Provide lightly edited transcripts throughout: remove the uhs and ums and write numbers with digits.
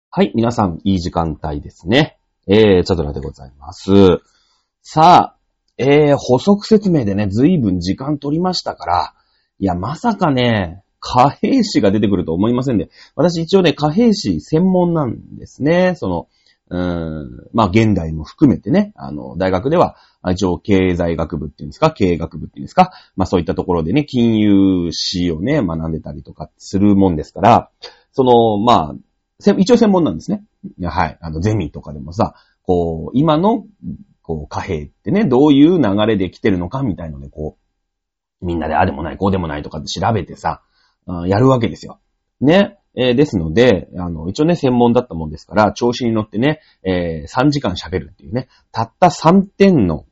はい、皆さん、いい時間帯ですね。チャドラでございます。さあ、補足説明でね、随分時間取りましたから、いや、まさかね、貨幣史が出てくると思いませんで、私一応ね、貨幣史専門なんですね。現代も含めてね、大学では、一応経済学部っていうんですか、経営学部っていうんですか、そういったところでね、金融史をね、学んでたりとかするもんですから、一応専門なんですね。はい。ゼミとかでもさ、今の、貨幣ってね、どういう流れで来てるのかみたいので、みんなであでもない、こうでもないとかって調べてさ、やるわけですよ。ね。ですので、一応ね、専門だったもんですから、調子に乗ってね、3時間喋るっていうね、たった3点の、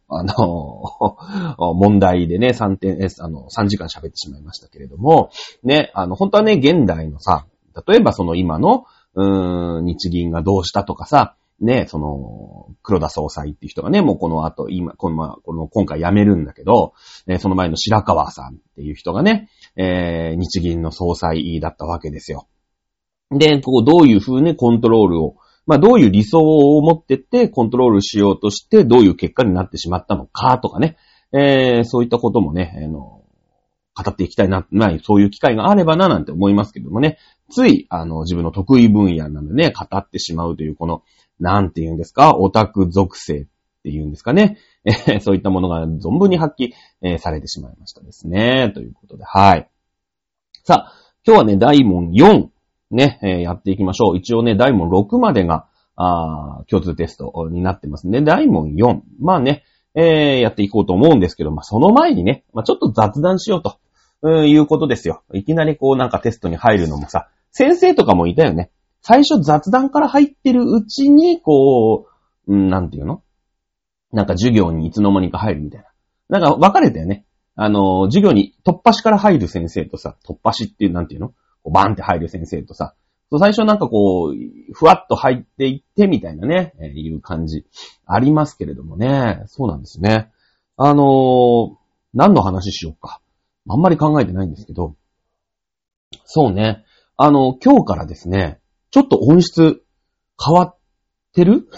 問題でね、3時間喋ってしまいましたけれども、ね、本当はね、現代のさ、例えば今の、日銀がどうしたとかさ、ね、黒田総裁っていう人がね、もうこの後、今回辞めるんだけど、その前の白川さんっていう人がね、日銀の総裁だったわけですよ。で、どういう風にコントロールを、どういう理想を持ってってコントロールしようとして、どういう結果になってしまったのかとかね、そういったこともね、語っていきたいな、そういう機会があればな、なんて思いますけどもね、つい、自分の得意分野なのでね、語ってしまうという、なんて言うんですか、オタク属性っていうんですかね、そういったものが存分に発揮、されてしまいましたですね。ということで、はい。さあ、今日はね、大問4、ね、やっていきましょう。一応ね、大問6までが、共通テストになってますね。大問4。やっていこうと思うんですけど、その前にね、ちょっと雑談しようと。いうことですよ。いきなりテストに入るのもさ、先生とかもいたよね。最初雑談から入ってるうちに、なんていうの？授業にいつの間にか入るみたいな。分かれたよね。授業に突破しから入る先生とさ、突破しっていう、なんていうの？バーンって入る先生とさ、最初ふわっと入っていってみたいなね、いう感じありますけれどもね。そうなんですね。何の話しようか。あんまり考えてないんですけど、そうね。今日からですね、ちょっと音質変わってる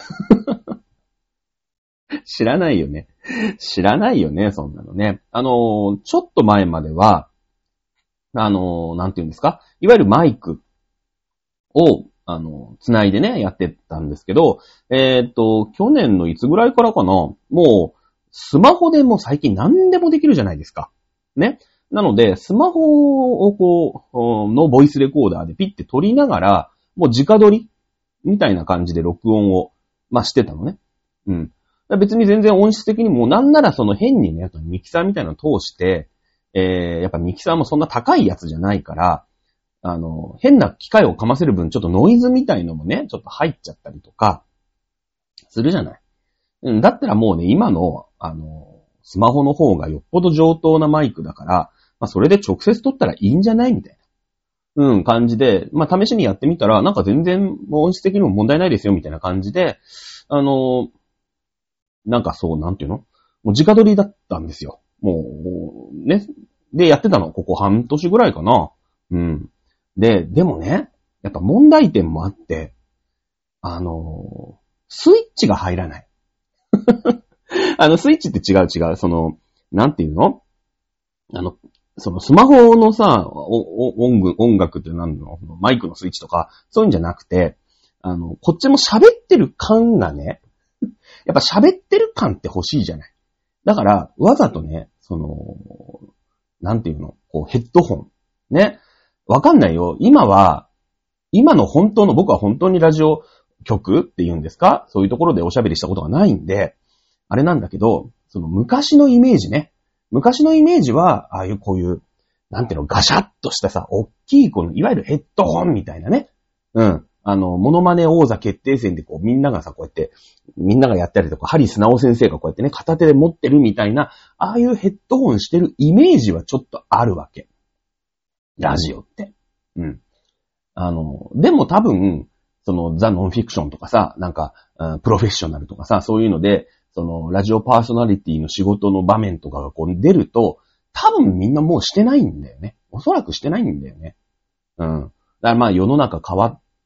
知らないよね。知らないよね、そんなのね。ちょっと前までは、なんていうんですか、いわゆるマイクを、つないでね、やってたんですけど、去年のいつぐらいからかな、もう、スマホでも最近何でもできるじゃないですか。ね。なので、スマホをのボイスレコーダーでピッて撮りながら、もう直撮りみたいな感じで録音を、してたのね。うん。別に全然音質的にもなんなら変にね、ミキサーみたいなのを通して、やっぱミキサーもそんな高いやつじゃないから、変な機械をかませる分ちょっとノイズみたいのもね、ちょっと入っちゃったりとか、するじゃない。うん。だったらもうね、今の、スマホの方がよっぽど上等なマイクだから、それで直接撮ったらいいんじゃないみたいな。感じで、試しにやってみたら、全然音質的にも問題ないですよ、みたいな感じで、なんていうの？もう直撮りだったんですよ。もう、ね。で、やってたの、ここ半年ぐらいかな。うん。でもね、やっぱ問題点もあって、スイッチが入らない。スイッチって違う。なんていうの？スマホのさ、音楽って何のマイクのスイッチとか、そういうんじゃなくて、こっちも喋ってる感がね、やっぱ喋ってる感って欲しいじゃない。だから、わざとね、なんていうの？ヘッドホン。ね。わかんないよ。今の僕は本当にラジオ局っていうんですか？そういうところでおしゃべりしたことがないんで、あれなんだけど、昔のイメージね。昔のイメージは、ああいうこういう、なんていうの、ガシャッとしたさ、大きいいわゆるヘッドホンみたいなね。うん。モノマネ王座決定戦でみんながさ、こうやって、みんながやったりとか、ハリスナオ先生がこうやってね、片手で持ってるみたいな、ああいうヘッドホンしてるイメージはちょっとあるわけ。ラジオって。うん。でも多分、ザ・ノンフィクションとかさ、プロフェッショナルとかさ、そういうので、ラジオパーソナリティの仕事の場面とかが出ると、多分みんなもうしてないんだよね。おそらくしてないんだよね。うん。だから世の中変わっ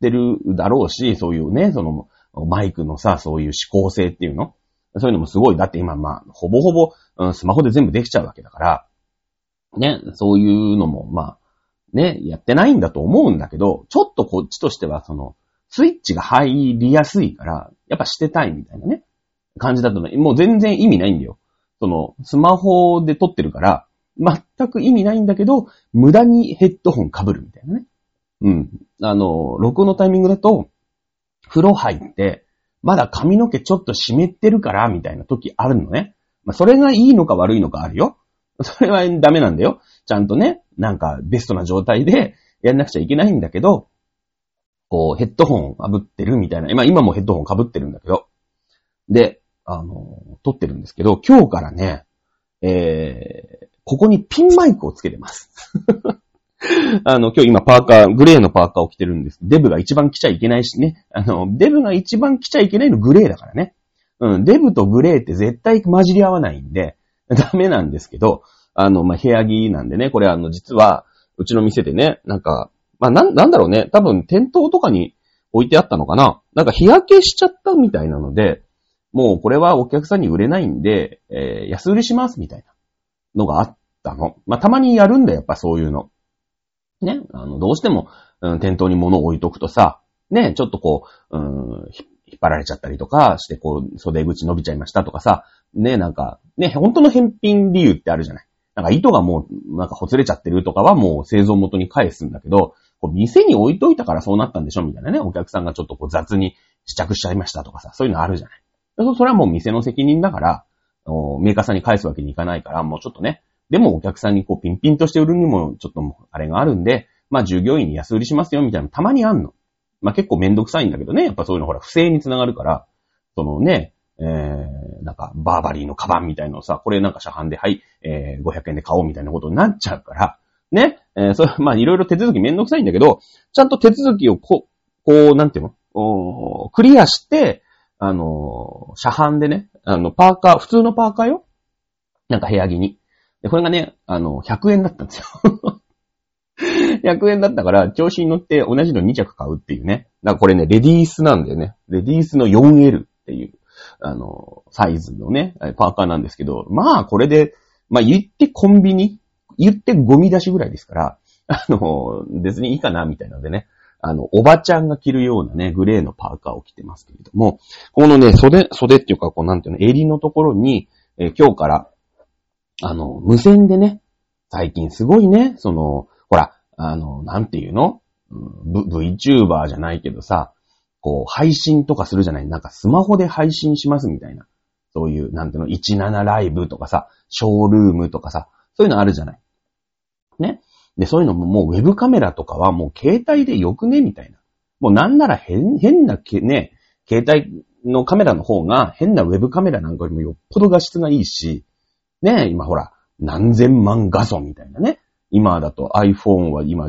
ってるだろうし、そういうね、その、マイクのさ、そういう指向性っていうのそういうのもすごい。だって今ほぼほぼ、スマホで全部できちゃうわけだから、ね、そういうのも、ね、やってないんだと思うんだけど、ちょっとこっちとしては、その、スイッチが入りやすいから、やっぱしてたいみたいなね、感じだとね、もう全然意味ないんだよ。その、スマホで撮ってるから、全く意味ないんだけど、無駄にヘッドホン被るみたいなね。うん。録音のタイミングだと、風呂入って、まだ髪の毛ちょっと湿ってるから、みたいな時あるのね。それがいいのか悪いのかあるよ。それはダメなんだよ。ちゃんとね、なんかベストな状態でやんなくちゃいけないんだけど、こう、ヘッドホン被ってるみたいな。今もヘッドホン被ってるんだけど。で、撮ってるんですけど、今日からね、ここにピンマイクをつけてます。今日今グレーのパーカーを着てるんです。デブが一番着ちゃいけないしね。デブが一番着ちゃいけないのグレーだからね。うん、デブとグレーって絶対混じり合わないんで、ダメなんですけど、部屋着なんでね、これ実は、うちの店でね、なんか、なんだろうね、多分店頭とかに置いてあったのかな。なんか日焼けしちゃったみたいなので、もうこれはお客さんに売れないんで、安売りしますみたいなのがあったの。たまにやるんだよ、やっぱそういうの。ね、どうしても、店頭に物を置いとくとさ、ね、ちょっとこう、引っ張られちゃったりとかして、こう、袖口伸びちゃいましたとかさ、ね、なんか、ね、本当の返品理由ってあるじゃない。なんか糸がもう、なんかほつれちゃってるとかはもう製造元に返すんだけど、こう店に置いといたからそうなったんでしょみたいなね、お客さんがちょっとこう雑に試着しちゃいましたとかさ、そういうのあるじゃない。それはもう店の責任だから、メーカーさんに返すわけにいかないから、もうちょっとね、でもお客さんにこうピンピンとして売るにもちょっとあれがあるんで、従業員に安売りしますよみたいなのたまにあんの。結構めんどくさいんだけどね、やっぱそういうのほら不正につながるから、そのね、なんかバーバリーのカバンみたいなのさ、これなんか車販ではい、500円で買おうみたいなことになっちゃうから、ね、それいろいろ手続きめんどくさいんだけど、ちゃんと手続きをこう、なんていうのクリアして、車販でね、パーカー、普通のパーカーよ。なんか部屋着に。で、これがね、100円だったんですよ。100円だったから、調子に乗って同じの2着買うっていうね。なんかこれね、レディースなんだよね。レディースの 4L っていう、サイズのね、パーカーなんですけど、これで、言ってコンビニ、言ってゴミ出しぐらいですから、別にいいかな、みたいなのでね。おばちゃんが着るようなね、グレーのパーカーを着てますけれども、このね、袖っていうか、こうなんていうの、襟のところに、今日から、無線でね、最近すごいね、ほら、なんていうの、VTuber じゃないけどさ、こう、配信とかするじゃない、なんかスマホで配信しますみたいな。そういう、なんていうの、17ライブとかさ、ショールームとかさ、そういうのあるじゃない。ね。で、そういうのももうウェブカメラとかはもう携帯でよくねみたいな。もうなんなら変なね、携帯のカメラの方が変なウェブカメラなんかよりもよっぽど画質がいいし、ね、今ほら、何千万画素みたいなね。今だと iPhone は今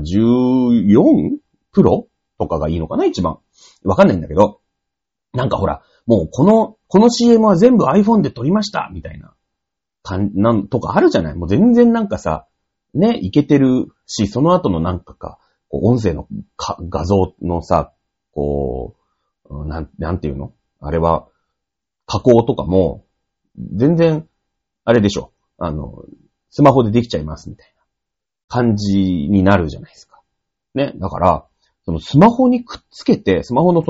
14 Pro とかがいいのかな一番。わかんないんだけど。なんかほら、もうこの CM は全部 iPhone で撮りましたみたいな。なんとかあるじゃない。もう全然なんかさ、ね、いけてるし、その後のなんかこう音声の画像のさ、こう、なんていうのあれは、加工とかも、全然、あれでしょ。スマホでできちゃいますみたいな感じになるじゃないですか。ね。だから、そのスマホにくっつけて、スマホの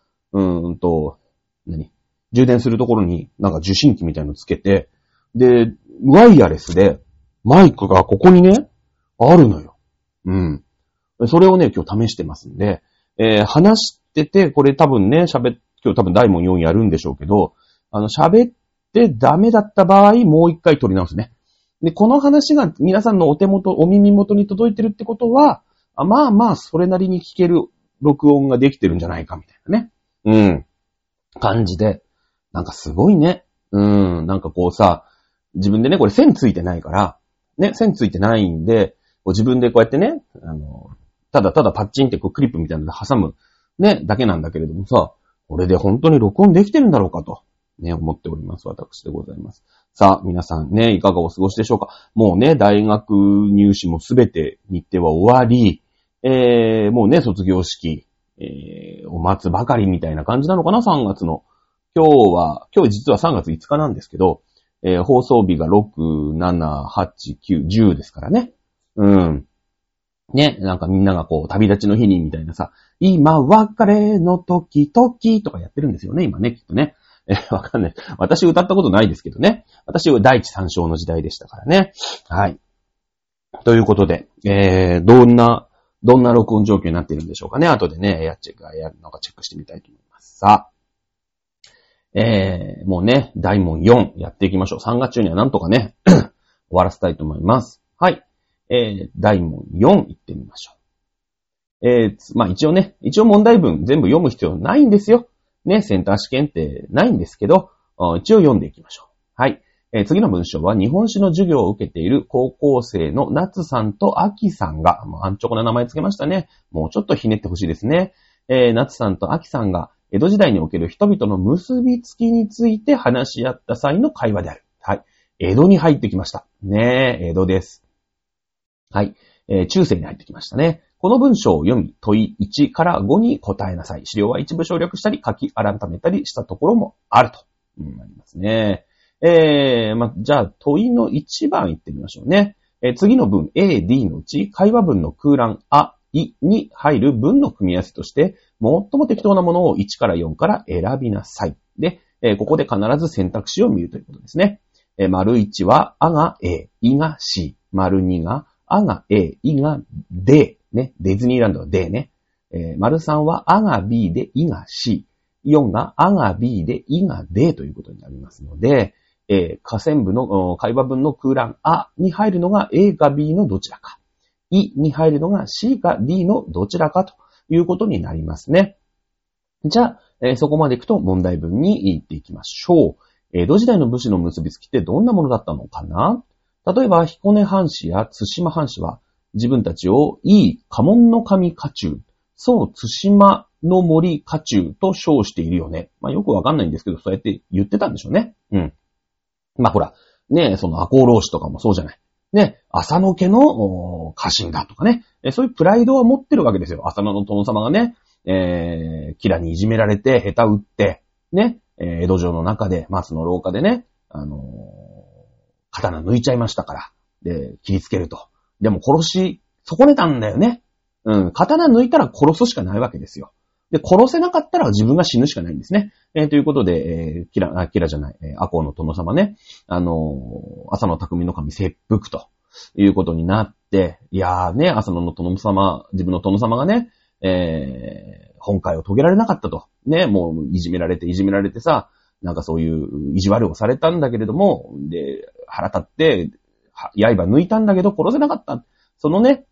充電するところになんか受信機みたいのつけて、で、ワイヤレスで、マイクがここにね、あるのよ。うん。それをね、今日試してますんで、話してて、これ多分ね、今日多分大門4やるんでしょうけど、喋ってダメだった場合、もう一回撮り直すね。で、この話が皆さんのお耳元に届いてるってことは、それなりに聞ける録音ができてるんじゃないかみたいなね。うん。感じで、なんかすごいね。なんかこうさ、自分でね、これ線ついてないから、ね、線ついてないんで、自分でこうやってね、ただただパッチンってこうクリップみたいなので挟む、ね、だけなんだけれどもさ、これで本当に録音できてるんだろうかと、ね、思っております。私でございます。さあ、皆さんね、いかがお過ごしでしょうか。もうね、大学入試もすべて日程は終わり、もうね、卒業式を待つばかりみたいな感じなのかな、3月の。今日実は3月5日なんですけど、放送日が6、7、8、9、10ですからね。うん。ね、なんかみんながこう、旅立ちの日にみたいなさ、今別れの時々とかやってるんですよね、今ね、きっとね。わかんない。私歌ったことないですけどね。私は第一三章の時代でしたからね。はい。ということで、どんな録音状況になっているんでしょうかね。後でね、なんかチェックしてみたいと思います。さあ、もうね、大問4やっていきましょう。3月中にはなんとかね、終わらせたいと思います。はい。大問4行ってみましょう。まあ一応問題文全部読む必要ないんですよ。ね、センター試験ってないんですけど、一応読んでいきましょう。はい。次の文章は日本史の授業を受けている高校生の夏さんと秋さんが、安直な名前つけましたね。もうちょっとひねってほしいですね。夏さんと秋さんが江戸時代における人々の結びつきについて話し合った際の会話である。はい。江戸に入ってきました。ねえ、江戸です。はい。中世に入ってきましたね。この文章を読み、問い1から5に答えなさい。資料は一部省略したり、書き改めたりしたところもあると。なりますね。じゃあ、問いの1番いってみましょうね。次の文 A、D のうち、会話文の空欄、あ、いに入る文の組み合わせとして、最も適当なものを1から4から選びなさい。で、ここで必ず選択肢を見るということですね。丸1は、あが A、いが C。丸2が、あが A、いが D。ね。ディズニーランドは D ね。丸3は、あが B で、いが C。4が、あが B で、いが D ということになりますので、下線部の会話文の空欄、あに入るのが A か B のどちらか。いに入るのが C か D のどちらかということになりますね。じゃあ、そこまでいくと問題文に行っていきましょう。江戸時代の武士の結びつきってどんなものだったのかな？例えば、彦根藩士や津島藩士は自分たちをいい家紋の神家中、そう津島の森家中と称しているよね。よくわかんないんですけど、そうやって言ってたんでしょうね。うん。ほら、ね、その赤穂浪士とかもそうじゃない。ね、浅野家の家臣だとかね。そういうプライドは持ってるわけですよ。浅野の殿様がね、キラにいじめられて、下手打って、ね、江戸城の中で、松の廊下でね、刀抜いちゃいましたから。で、切りつけると。でも殺し損ねたんだよね。うん、刀抜いたら殺すしかないわけですよ。で、殺せなかったら自分が死ぬしかないんですね。ということで、赤穂の殿様ね、浅野匠の神切腹ということになって、いやーね、浅野の殿様、自分の殿様がね、本会を遂げられなかったと。ね、もういじめられてさ、なんかそういう意地悪をされたんだけれども、で、腹立って、刃抜いたんだけど殺せなかった。そのね、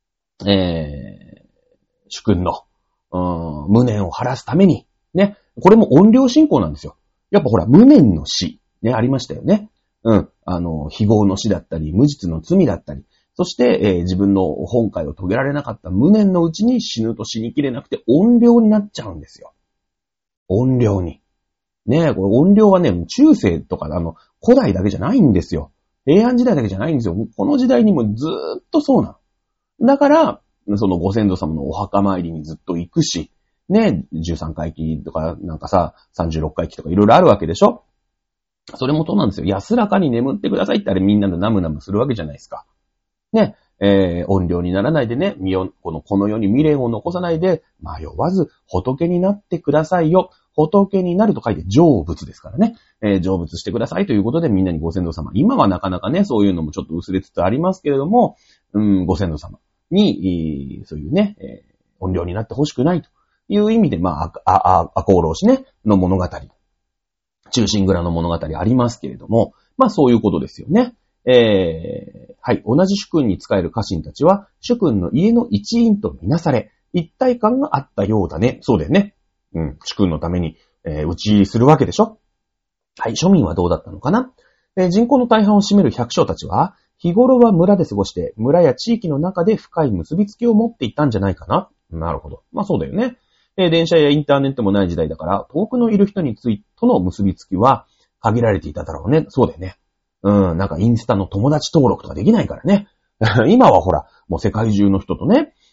主君の、無念を晴らすために、ね、これも怨霊信仰なんですよ。やっぱほら、無念の死、ね、ありましたよね。うん、非業の死だったり、無実の罪だったり、そして、自分の本会を遂げられなかった無念のうちに死ぬと死にきれなくて怨霊になっちゃうんですよ。怨霊に。ねえ、これ怨霊はね、中世とか古代だけじゃないんですよ。平安時代だけじゃないんですよ。この時代にもずーっとそうなの。だから、そのご先祖様のお墓参りにずっと行くし、ね、13回忌とかなんかさ、36回忌とかいろいろあるわけでしょ？それもそうなんですよ。安らかに眠ってくださいってあれみんなでナムナムするわけじゃないですか。ね、怨霊にならないでね、この世に未練を残さないで、迷わず仏になってくださいよ。仏になると書いて成仏ですからね。成仏してくださいということでみんなにご先祖様。今はなかなかね、そういうのもちょっと薄れつつありますけれども、ご先祖様に、そういうね、怨霊になってほしくないという意味で、赤穂浪士ね、の物語。忠臣蔵の物語ありますけれども、そういうことですよね。はい。同じ主君に仕える家臣たちは、主君の家の一員とみなされ、一体感があったようだね。そうだよね。主君のために、討ち入りするわけでしょ。はい。庶民はどうだったのかな。人口の大半を占める百姓たちは、日頃は村で過ごして、村や地域の中で深い結びつきを持っていたんじゃないかな。なるほど。そうだよね。電車やインターネットもない時代だから、遠くのいる人についてとの結びつきは限られていただろうね。そうだよね。なんかインスタの友達登録とかできないからね。今はほら、もう世界中の人とね、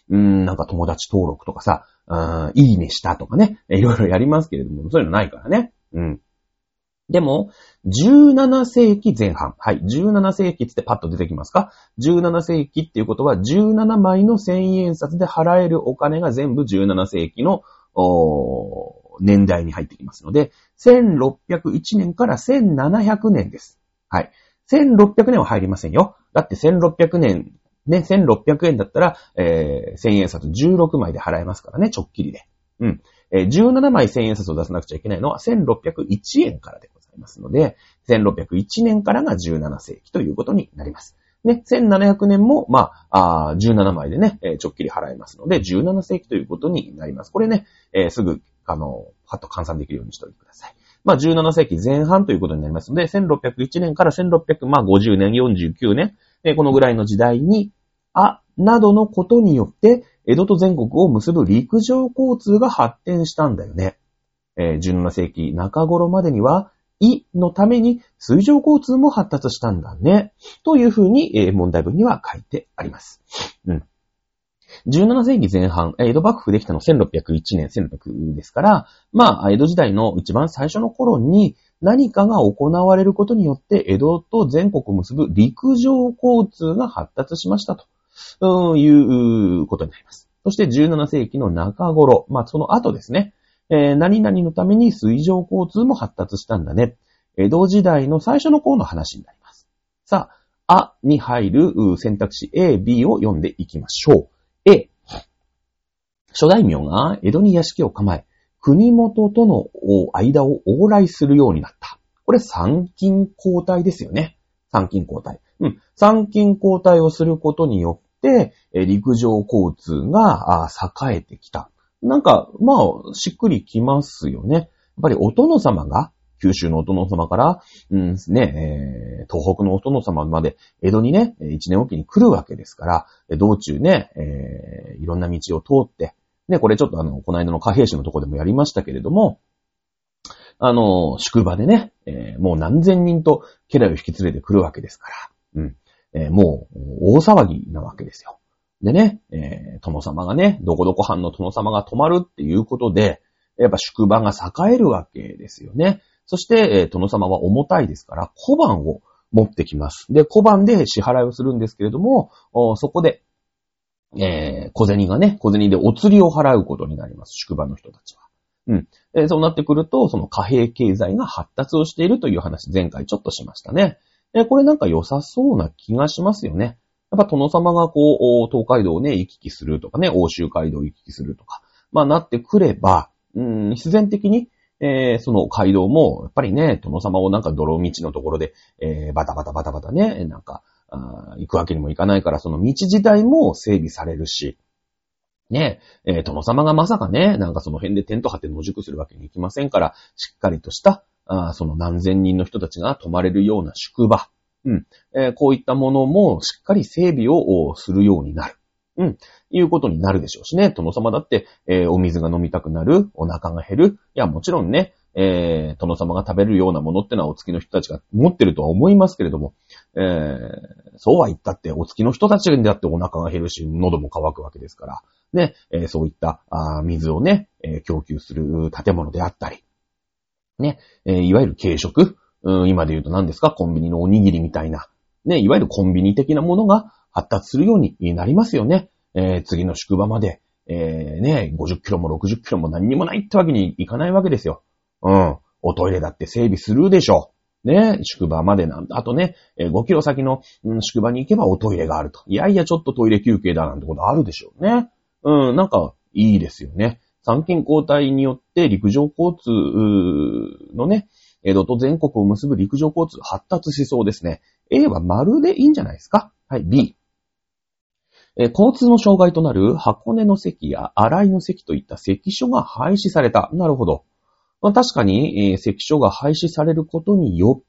なんか友達登録とかさ、いいねしたとかね、いろいろやりますけれども、そういうのないからね。でも、17世紀前半。はい。17世紀ってパッと出てきますか？ 17 世紀っていうことは、17枚の千円札で払えるお金が全部17世紀の年代に入ってきますので、1601年から1700年です。はい。1600年は入りませんよ。だって1600年、ね、1600円だったら、千円札16枚で払えますからね、直っきりで。17枚千円札を出さなくちゃいけないのは1601円からでございますので、1601年からが17世紀ということになります。ね、1700年も、17枚でね、直っきり払えますので、17世紀ということになります。これね、すぐ、パッと換算できるようにしておいてください。17世紀前半ということになりますので、1601年から1650年、49年、このぐらいの時代に、などのことによって、江戸と全国を結ぶ陸上交通が発展したんだよね。17世紀中頃までには、のために水上交通も発達したんだね。というふうに、問題文には書いてあります。17世紀前半、江戸幕府できたの1601年、1600ですから、江戸時代の一番最初の頃に何かが行われることによって、江戸と全国を結ぶ陸上交通が発達しましたということになります。そして17世紀の中頃、その後ですね、何々のために水上交通も発達したんだね。江戸時代の最初の頃の話になります。さあ、に入る選択肢 A、B を読んでいきましょう。A、諸大名が江戸に屋敷を構え、国元との間を往来するようになった。これ参勤交代ですよね。参勤交代。参勤交代をすることによって、陸上交通が栄えてきた。なんか、しっくりきますよね。やっぱりお殿様が、九州のお殿様から、東北のお殿様まで江戸にね、一年おきに来るわけですから、道中ね、いろんな道を通って、ね、これちょっとこの間の貨幣市のとこでもやりましたけれども、宿場でね、もう何千人と家来を引き連れてくるわけですから、もう大騒ぎなわけですよ。でね、殿様がね、どこどこ藩の殿様が泊まるっていうことで、やっぱ宿場が栄えるわけですよね。そして、殿様は重たいですから、小判を持ってきます。で、小判で支払いをするんですけれども、そこで、小銭でお釣りを払うことになります、宿場の人たちは。そうなってくると、その貨幣経済が発達をしているという話、前回ちょっとしましたね。これなんか良さそうな気がしますよね。やっぱ殿様が東海道をね、行き来するとかね、奥州街道を行き来するとか、なってくれば、必然的に、その街道も、やっぱりね、殿様をなんか泥道のところで、バタバタね、なんか、行くわけにもいかないから、その道自体も整備されるし、ね、殿様がまさかね、なんかその辺でテント張って野宿するわけにいきませんから、しっかりとした、その何千人の人たちが泊まれるような宿場、こういったものもしっかり整備をするようになる。いうことになるでしょうしね。殿様だって、お水が飲みたくなる、お腹が減る。いや、もちろんね、殿様が食べるようなものってのはお付きの人たちが持ってるとは思いますけれども、そうは言ったってお付きの人たちだってお腹が減るし、喉も渇くわけですから、ね、そういった水をね、供給する建物であったり、ね、いわゆる軽食、今で言うと何ですか、コンビニのおにぎりみたいな、ね、いわゆるコンビニ的なものが発達するようになりますよね。次の宿場まで、50キロも60キロも何にもないってわけにいかないわけですよ。おトイレだって整備するでしょう。ね、宿場まであとね、5キロ先の、宿場に行けばおトイレがあると。いやいや、ちょっとトイレ休憩だなんてことあるでしょうね。なんか、いいですよね。参勤交代によって陸上交通のね、江戸と全国を結ぶ陸上交通発達しそうですね。A は丸でいいんじゃないですか。はい、B。交通の障害となる箱根の関や新井の関といった関所が廃止された。なるほど。確かに、関所が廃止されることによって、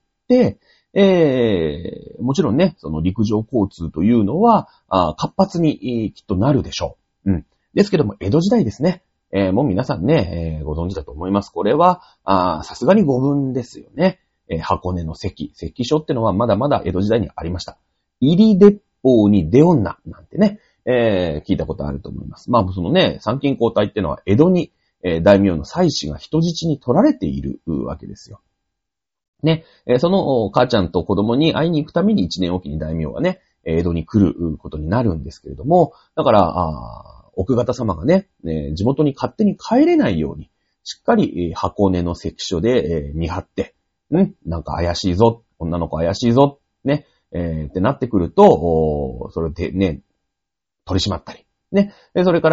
もちろんね、その陸上交通というのは活発にきっとなるでしょう。ですけども、江戸時代ですね。もう皆さんね、ご存知だと思います。これは、さすがに五分ですよね。箱根の関所ってのはまだまだ江戸時代にありました。入り鉄砲に出女なんてね、 聞いたことあると思います。まあ、そのね、参勤交代っていうのは江戸に、大名の妻子が人質に取られているわけですよ。ね、その母ちゃんと子供に会いに行くために1年おきに大名がね、江戸に来ることになるんですけれども、だから、奥方様がね、地元に勝手に帰れないように、しっかり箱根の関所で見張って、なんか怪しいぞ、女の子怪しいぞ、ね、ってなってくると、それでね、取り締まったり、ね、それから、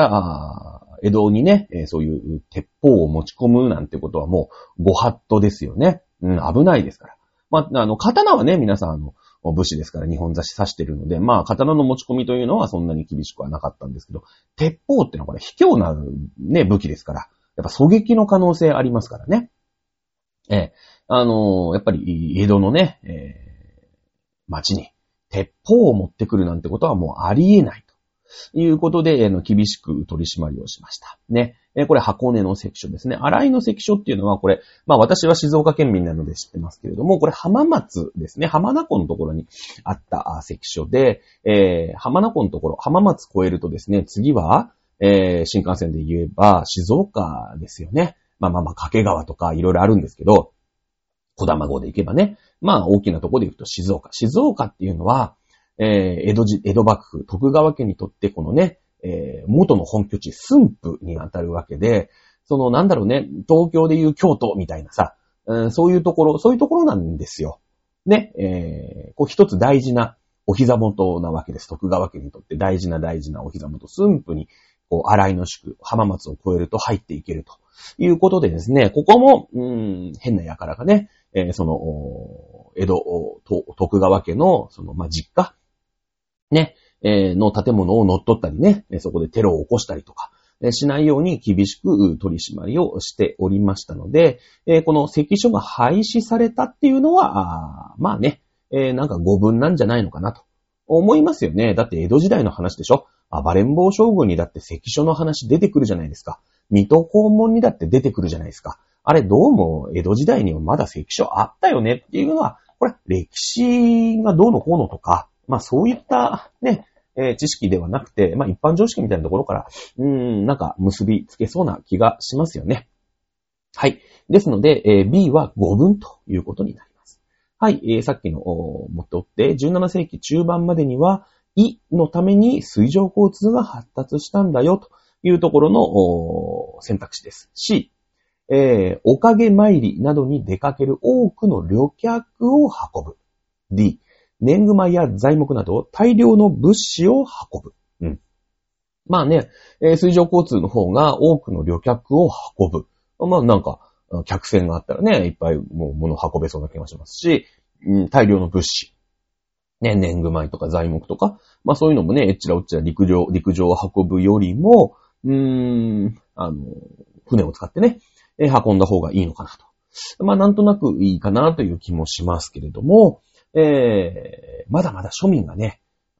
江戸にね、そういう鉄砲を持ち込むなんてことはもうご法度ですよね。危ないですから。まあ、刀はね、皆さん武士ですから日本差し刺してるので、まあ、刀の持ち込みというのはそんなに厳しくはなかったんですけど、鉄砲ってのはこれ卑怯なね、武器ですから、やっぱ狙撃の可能性ありますからね。やっぱり江戸のね、町に鉄砲を持ってくるなんてことはもうありえないということで、厳しく取り締まりをしました。ね。これ箱根の関所ですね。新井の関所っていうのはこれ、まあ私は静岡県民なので知ってますけれども、これ浜松ですね。浜名湖のところにあった関所で、浜名湖のところ、浜松越えるとですね、次は、新幹線で言えば静岡ですよね。まあ掛川とかいろいろあるんですけど、小玉号で行けばね、まあ大きなところで行くと静岡。静岡っていうのは、江戸幕府、徳川家にとってこのね、元の本拠地、駿府にあたるわけで、そのなんだろうね、東京でいう京都みたいなさ、そういうところなんですよ。ね、こう一つ大事なお膝元なわけです。徳川家にとって大事なお膝元、駿府に、こう、新井の宿、浜松を越えると入っていけるということでですね、ここも、変な輩がね、その、江戸、徳川家の、その、まあ、実家、ね、の建物を乗っ取ったりね、そこでテロを起こしたりとか、しないように厳しく取り締まりをしておりましたので、この関所が廃止されたっていうのは、まあね、なんか誤分なんじゃないのかなと思いますよね。だって江戸時代の話でしょ。暴れん坊将軍にだって関所の話出てくるじゃないですか。水戸黄門にだって出てくるじゃないですか。あれどうも江戸時代にはまだ関所あったよねっていうのは、これ歴史がどうのこうのとか、まあそういったね、知識ではなくて、まあ一般常識みたいなところから、なんか結びつけそうな気がしますよね。はい。ですので、B は5分ということになります。はい。さっきの元って17世紀中盤までには、いのために水上交通が発達したんだよというところの選択肢です。C、おかげ参りなどに出かける多くの旅客を運ぶ。D、年貢米や材木など大量の物資を運ぶ。まあね、水上交通の方が多くの旅客を運ぶ。まあなんか、客船があったらね、いっぱいもう物を運べそうな気がしますし、大量の物資。ね、年貢米とか材木とか、まあそういうのもね、えっちらおっちら陸上を運ぶよりも、船を使ってね、運んだ方がいいのかなと。まあなんとなくいいかなという気もしますけれども、まだまだ庶民がね、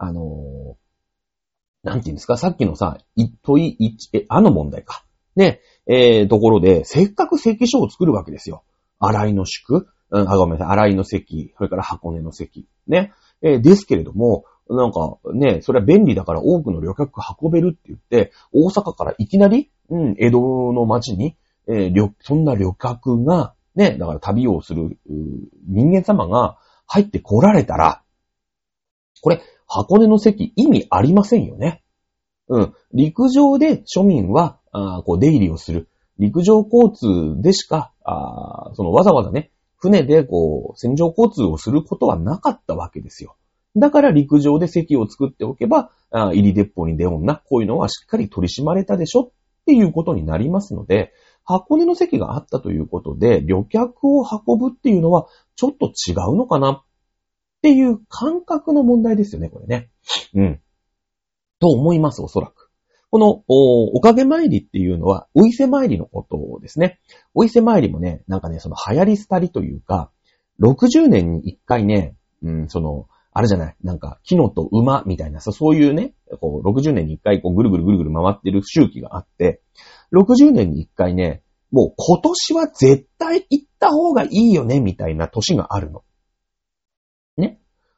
なんていうんですか、さっきのさ、あの問題か。ね、ところで、せっかく関所を作るわけですよ。新井の宿、ごめんなさい、新井の関、それから箱根の関。ね。ですけれども、なんかね、それは便利だから多くの旅客運べるって言って、大阪からいきなり、江戸の町に、そんな旅客が、ね、だから旅をする人間様が入ってこられたら、これ、箱根の関意味ありませんよね。陸上で庶民は、こう出入りをする。陸上交通でしか、そのわざわざね、船でこう、船上交通をすることはなかったわけですよ。だから陸上で関を作っておけば、入り鉄砲に出女、こういうのはしっかり取り締まれたでしょっていうことになりますので、箱根の関があったということで、旅客を運ぶっていうのはちょっと違うのかなっていう感覚の問題ですよね、これね。と思います、おそらく。この、おかげ参りっていうのは、お伊勢参りのことですね。お伊勢参りもね、なんかね、その流行り廃りというか、60年に1回ね、あれじゃない、なんか、木のと馬みたいな、そういうね、こう、60年に1回、こう、ぐるぐる回ってる周期があって、60年に1回ね、もう今年は絶対行った方がいいよね、みたいな年があるの。ね。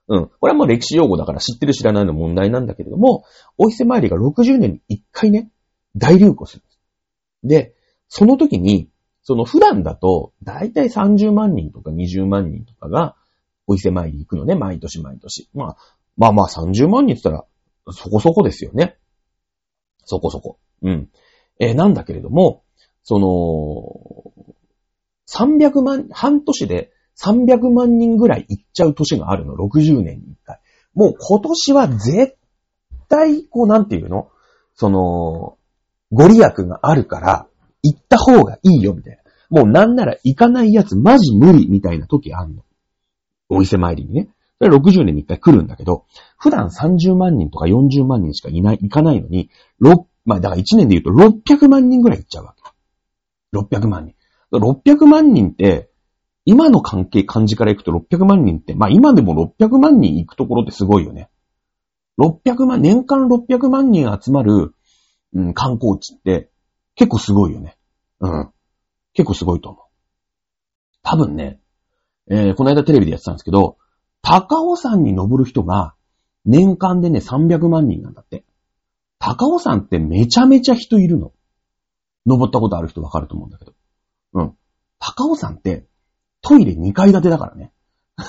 これはもう歴史用語だから知ってる知らないの問題なんだけれども、お伊勢参りが60年に1回ね、大流行するんです。で、その時に、普段だと、だいたい30万人とか20万人とかが、お伊勢参り行くのね、毎年毎年。まあ30万人って言ったら、そこそこですよね。そこそこ。なんだけれども、300万、半年で300万人ぐらい行っちゃう年があるの、60年に1回。もう今年は絶対、なんていうの？ご利益があるから、行った方がいいよ、みたいな。もうなんなら行かないやつマジ無理、みたいな時あんの。お伊勢参りにね。それ60年に1回来るんだけど、普段30万人とか40万人しか行かないのに、だから1年で言うと600万人ぐらい行っちゃうわけ。600万人。600万人って、今の感じから行くと600万人って、今でも600万人行くところってすごいよね。年間600万人集まる、観光地って結構すごいよね。結構すごいと思う。多分ね、この間テレビでやってたんですけど、高尾山に登る人が年間でね300万人なんだって。高尾山ってめちゃめちゃ人いるの。登ったことある人わかると思うんだけど。高尾山ってトイレ2階建てだからね。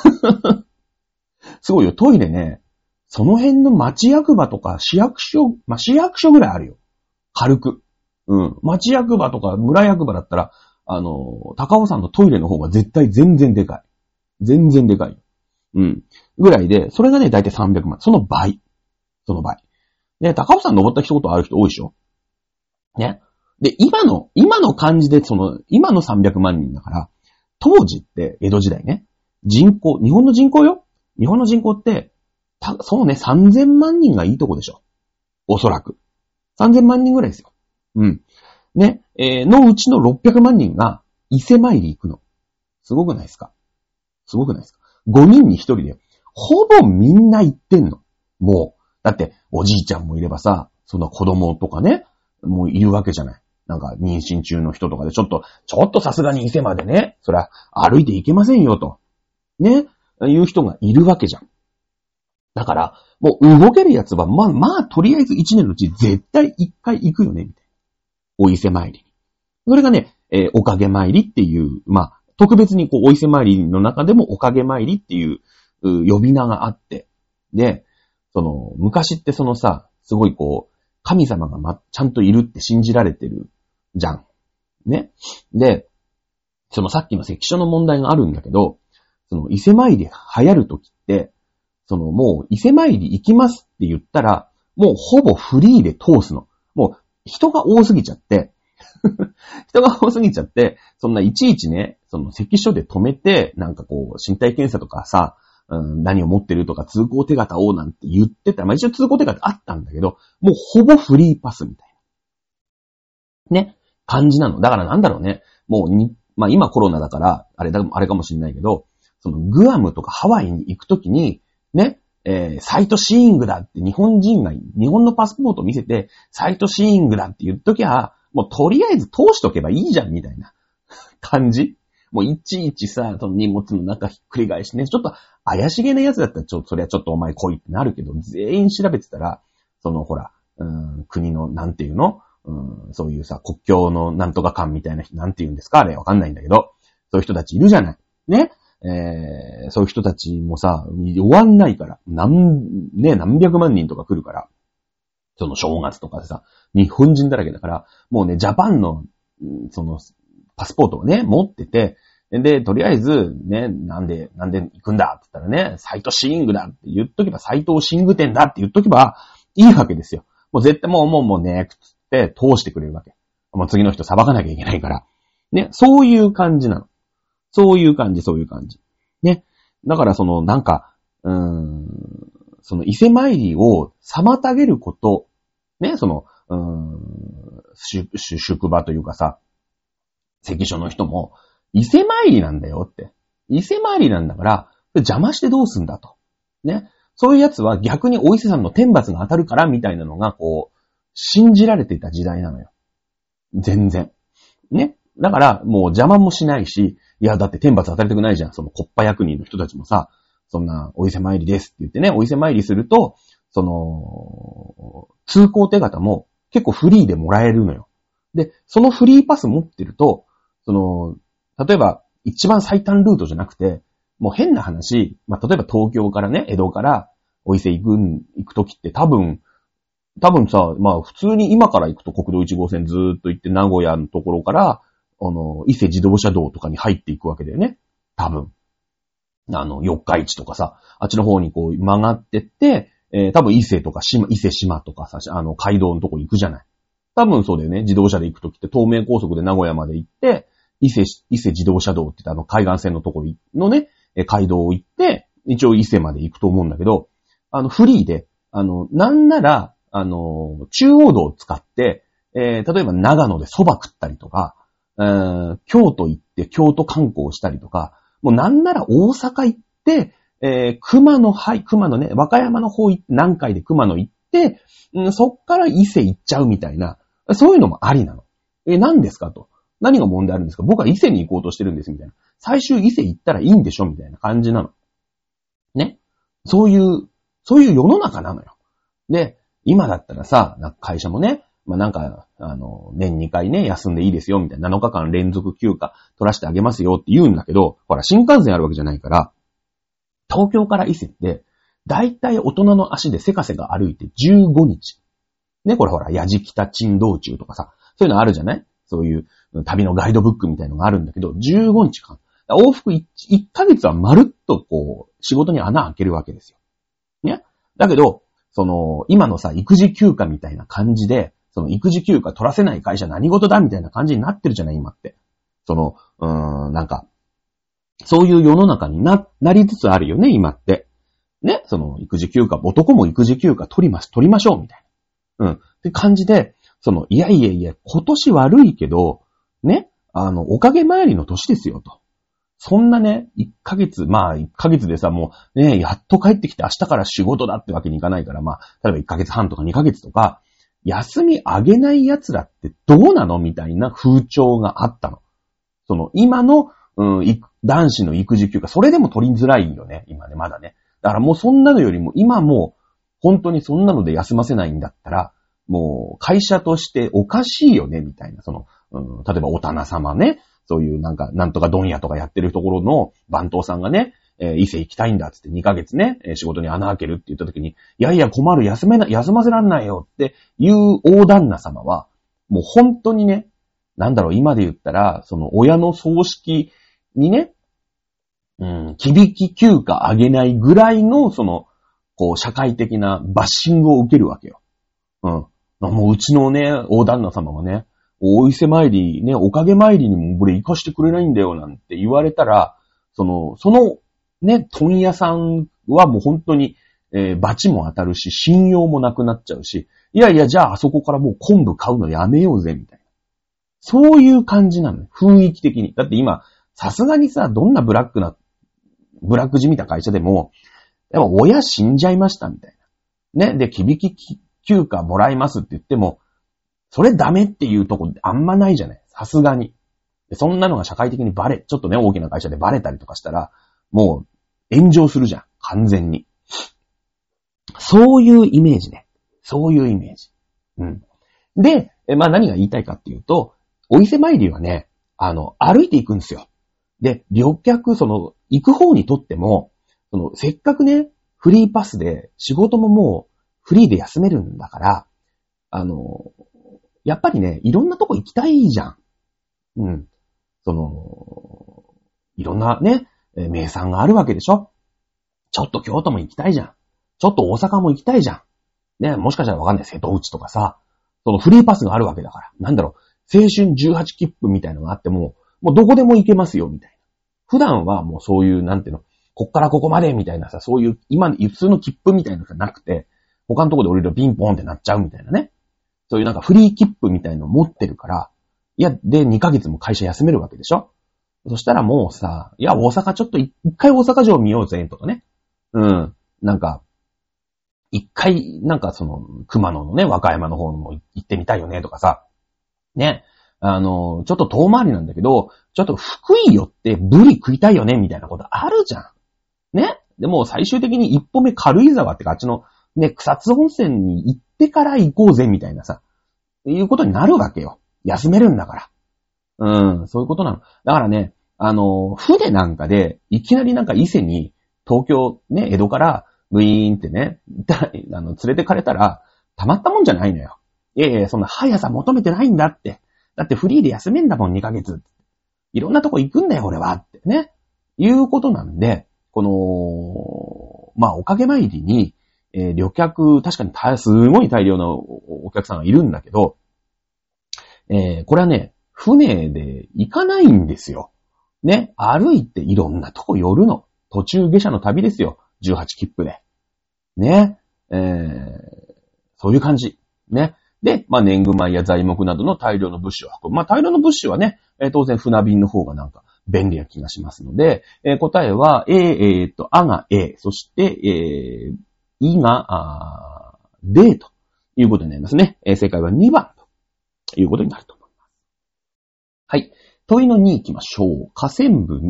すごいよ。トイレね、その辺の町役場とか市役所ぐらいあるよ。軽く。町役場とか村役場だったら、高尾山のトイレの方が絶対全然でかい。全然でかいよ。ぐらいで、それがね、だいたい300万。その倍。ね、高尾山登ったことある人多いでしょ？ね。で、今の感じで、今の300万人だから、当時って、江戸時代ね、日本の人口よ。日本の人口って、そうね、3000万人がいいとこでしょ。おそらく。3000万人ぐらいですよ。ね、のうちの600万人が伊勢参り行くの。すごくないですか？ 5 人に1人で、ほぼみんな行ってんの。もう。だって、おじいちゃんもいればさ、その子供とかね、もういるわけじゃない。なんか、妊娠中の人とかで、ちょっとさすがに伊勢までね、そりゃ、歩いて行けませんよと。ね、いう人がいるわけじゃん。だから、もう動けるやつは、とりあえず1年のうち絶対1回行くよね、みたいな。お伊勢参りに。それがね、おかげ参りっていう、特別にお伊勢参りの中でもおかげ参りっていう呼び名があって、で、昔ってすごい神様がちゃんといるって信じられてるじゃん。ね。で、さっきの関所の問題があるんだけど、伊勢参り流行るときって、もう伊勢参り行きますって言ったら、もうほぼフリーで通すの。もう人が多すぎちゃって、そんないちいちね、関所で止めて、なんか身体検査とかさ、何を持ってるとか通行手形をなんて言ってたら、一応通行手形あったんだけど、もうほぼフリーパスみたいな。ね、感じなの。だからなんだろうね。もう今コロナだから、あれかもしれないけど、グアムとかハワイに行くときに、ね、サイトシーイングだって日本のパスポートを見せて、サイトシーイングだって言っときゃ、もうとりあえず通しとけばいいじゃんみたいな感じ。もういちいちさ、荷物の中ひっくり返しね、ちょっと怪しげなやつだったらそれはちょっとお前来いってなるけど、全員調べてたら、ほら、国の、なんていうの？そういうさ、国境のなんとか官みたいな人、なんていうんですかあれわかんないんだけど、そういう人たちいるじゃない。ね。そういう人たちもさ、終わんないから、何百万人とか来るから、正月とかでさ、日本人だらけだから、もうね、ジャパンの、パスポートをね、持ってて、で、とりあえず、ね、なんで行くんだって言ったらね、サイトシーイングだって言っとけば、サイトシング店だって言っとけば、いいわけですよ。もう絶対もうね、つって通してくれるわけ。もう次の人裁かなきゃいけないから。ね、そういう感じなの。そういう感じ。ね。だからなんか、伊勢参りを妨げること、ね、宿場というかさ、関所の人も、伊勢参りなんだよって。伊勢参りなんだから、邪魔してどうすんだと。ね。そういうやつは逆にお伊勢さんの天罰が当たるからみたいなのが、信じられていた時代なのよ。全然。ね。だから、もう邪魔もしないし、いや、だって天罰当たりたくないじゃん。コッパ役人の人たちもさ、 そんなお伊勢参りですって言ってね、お伊勢参りすると、通行手形も結構フリーでもらえるのよ。で、そのフリーパス持ってると、例えば一番最短ルートじゃなくて、もう変な話、例えば東京からね、江戸からお伊勢行くときって多分さ、普通に今から行くと国道1号線ずーっと行って名古屋のところから、伊勢自動車道とかに入っていくわけだよね。多分。四日市とかさ、あっちの方にこう曲がってって、多分伊勢とか伊勢島とかさ、街道のとこ行くじゃない。多分そうだよね。自動車で行くときって東名高速で名古屋まで行って、伊勢自動車道って言って海岸線のところのね、街道を行って、一応伊勢まで行くと思うんだけど、フリーで、なんなら、中央道を使って、例えば長野で蕎麦食ったりとか、京都行って京都観光したりとか、もうなんなら大阪行って、熊野ね、和歌山の方行って、南海で熊野行って、そっから伊勢行っちゃうみたいな、そういうのもありなの。何ですかと。何が問題あるんですか？僕は伊勢に行こうとしてるんですみたいな。最終伊勢行ったらいいんでしょみたいな感じなの。ね。そういう世の中なのよ。で、今だったらさ、会社もね、年2回ね、休んでいいですよ、みたいな。7日間連続休暇取らせてあげますよって言うんだけど、ほら、新幹線あるわけじゃないから、東京から伊勢って、だいたい大人の足でせかせか歩いて15日。ね、これほら、矢敷北珍道中とかさ、そういうのあるじゃない？そういう旅のガイドブックみたいのがあるんだけど、15日間。往復 1ヶ月はまるっとこう、仕事に穴開けるわけですよ。ね。だけど、今のさ、育児休暇みたいな感じで、育児休暇取らせない会社何事だみたいな感じになってるじゃない、今って。そういう世の中になりつつあるよね、今って。ね、育児休暇、男も育児休暇取りましょう、みたいな。って感じで、いや、今年悪いけど、ね、おかげ参りの年ですよ、と。そんなね、1ヶ月でさ、もうね、やっと帰ってきて明日から仕事だってわけにいかないから、例えば1ヶ月半とか2ヶ月とか、休みあげない奴らってどうなのみたいな風潮があったの。今の、男子の育児休暇、それでも取りづらいよね、今ね、まだね。だからもうそんなのよりも、今もう、本当にそんなので休ませないんだったら、もう、会社としておかしいよね、みたいな、例えばお棚様ね、そういうなんとか問屋とかやってるところの番頭さんがね、伊勢行きたいんだっつって2ヶ月ね、仕事に穴開けるって言った時に、いや困る、休ませらんないよっていう大旦那様は、もう本当にね、今で言ったら、親の葬式にね、響き休暇あげないぐらいの、社会的なバッシングを受けるわけよ。もううちのね、大旦那様はね、お伊勢参りね、おかげ参りにも俺行かしてくれないんだよなんて言われたら、そのね、問屋さんはもう本当に、罰も当たるし、信用もなくなっちゃうし、いや、じゃああそこからもう昆布買うのやめようぜ、みたいな。そういう感じなのね、雰囲気的に。だって今、さすがにさ、どんなブラックじみた会社でも、やっぱ親死んじゃいました、みたいな。ね、で、響き休暇もらいますって言っても、それダメっていうとこあんまないじゃない。さすがに。そんなのが社会的にちょっとね、大きな会社でバレたりとかしたら、もう炎上するじゃん。完全に。そういうイメージね。そういうイメージ。で、何が言いたいかっていうと、お伊勢参りはね、歩いていくんですよ。で、旅客、行く方にとっても、せっかくね、フリーパスで仕事ももうフリーで休めるんだから、やっぱりね、いろんなとこ行きたいじゃん。いろんなね、名産があるわけでしょ。ちょっと京都も行きたいじゃん。ちょっと大阪も行きたいじゃん。ね、もしかしたらわかんない瀬戸内とかさ、フリーパスがあるわけだから。青春18切符みたいなのがあってもうどこでも行けますよ、みたいな。普段はもうそういう、こっからここまでみたいなさ、そういう、今、普通の切符みたいなのがなくて、他のとこで降りるとピンポンってなっちゃうみたいなね。そういうフリー切符みたいのを持ってるから、で、2ヶ月も会社休めるわけでしょ？そしたらもうさ、大阪ちょっと一回大阪城見ようぜ、とかね。一回、熊野のね、和歌山の方にも行ってみたいよね、とかさ。ね。ちょっと遠回りなんだけど、ちょっと福井寄ってブリ食いたいよね、みたいなことあるじゃん。ね。 でも最終的に一歩目軽井沢ってかあっちのね、草津温泉に行ってから行こうぜみたいなさ、いうことになるわけよ。休めるんだから。そういうことなの。だからね、船なんかで、いきなりなんか伊勢に、東京、ね、江戸から、ブイーンってね、連れてかれたら、たまったもんじゃないのよ。いやいや、そんな速さ求めてないんだって。だってフリーで休めんだもん、2ヶ月。いろんなとこ行くんだよ、俺は。ってね。いうことなんで、おかげ参りに、旅客、確かにすごい大量のお客さんがいるんだけど、これはね、船で行かないんですよ。ね、歩いていろんなとこ寄るの。途中下車の旅ですよ。18切符で。ね、そういう感じ。ね。で、年貢米や材木などの大量の物資を運ぶ。大量の物資はね、当然船便の方がなんか便利な気がしますので、答えは、あが A、そして、いが、D ということになりますね。正解は2番ということになると思います。はい。問いの2行きましょう。下線部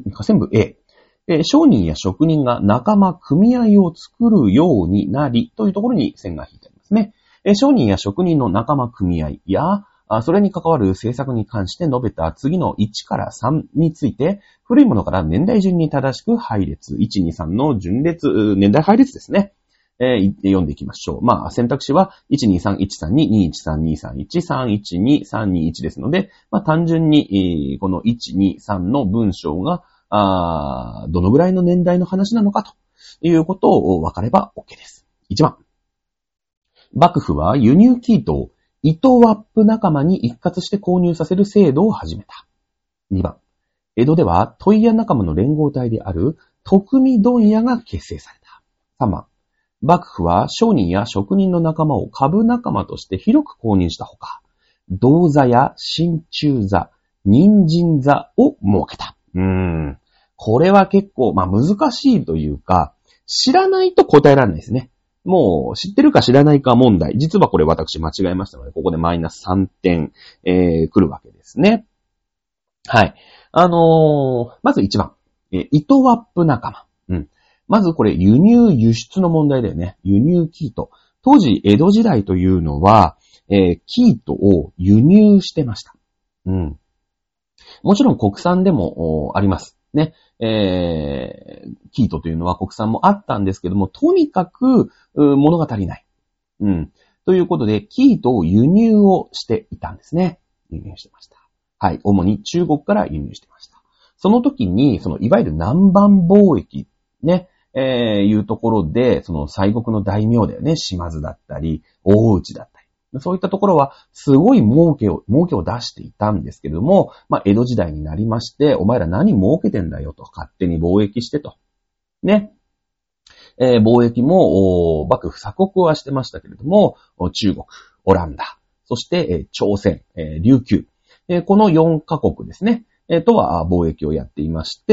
A。商人や職人が仲間組合を作るようになりというところに線が引いてありますね。商人や職人の仲間組合や、それに関わる政策に関して述べた次の1から3について、古いものから年代順に正しく配列、1、2、3の順列、年代配列ですね。読んでいきましょう。選択肢は、123-132-213-231-312-321ですので、単純に、この123の文章が、どのぐらいの年代の話なのかということを分かれば OK です。1番。幕府は輸入生糸を糸ワップ仲間に一括して購入させる制度を始めた。2番。江戸では問屋仲間の連合体である徳見問屋が結成された。3番。幕府は商人や職人の仲間を株仲間として広く購入したほか、銅座や真鍮座、人参座を設けた。これは結構、難しいというか、知らないと答えられないですね。もう知ってるか知らないか問題。実はこれ私間違えましたので、ここでマイナス3点、来るわけですね。はい。まず1番。糸ワップ仲間。まずこれ輸入輸出の問題だよね。輸入生糸。当時江戸時代というのは、生糸を輸入してました。もちろん国産でもあります。ね。生糸というのは国産もあったんですけども、とにかく物が足りない。ということで、生糸を輸入をしていたんですね。輸入してました。はい。主に中国から輸入してました。その時に、いわゆる南蛮貿易、ね、いうところで、西国の大名だよね。島津だったり、大内だったり。そういったところは、すごい儲けを出していたんですけれども、江戸時代になりまして、お前ら何儲けてんだよと、勝手に貿易してと。ね。貿易も、幕府鎖国はしてましたけれども、中国、オランダ、そして、朝鮮、琉球、この4カ国ですね、とは貿易をやっていまして、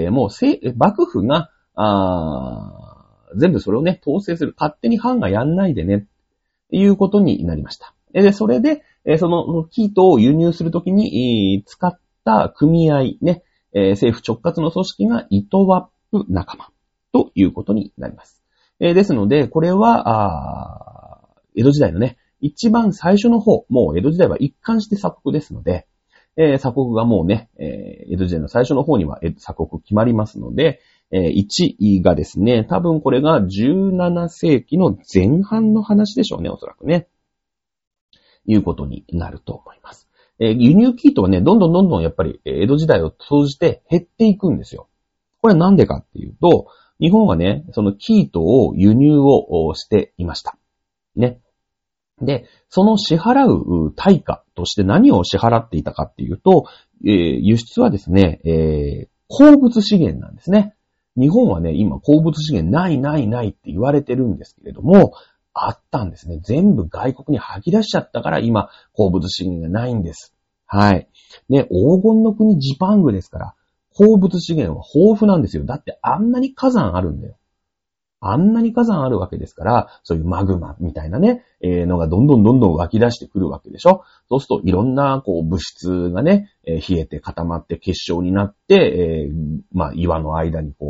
もう幕府が、全部それをね、統制する。勝手に藩がやんないでね、いうことになりました。で、それで、その生糸を輸入するときに、使った組合ね、政府直轄の組織が糸ワップ仲間ということになります。ですので、これは、江戸時代のね、一番最初の方、もう江戸時代は一貫して鎖国ですので、鎖国がもうね、江戸時代の最初の方には鎖国決まりますので、1がですね、多分これが17世紀の前半の話でしょうね、おそらくね。いうことになると思います。輸入生糸はね、どんどんやっぱり江戸時代を通じて減っていくんですよ。これはなんでかっていうと、日本はね、その生糸を輸入をしていました。ね。で、その支払う対価として何を支払っていたかっていうと、輸出はですね、鉱物資源なんですね。日本はね、今鉱物資源ないって言われてるんですけれども、あったんですね。全部外国に吐き出しちゃったから今、鉱物資源がないんです。はい。ね、黄金の国ジパングですから、鉱物資源は豊富なんですよ。だってあんなに火山あるんだよ。あんなに火山あるわけですから、そういうマグマみたいなね、のがどんどん湧き出してくるわけでしょ。そうするといろんな物質がね、冷えて固まって結晶になって、岩の間に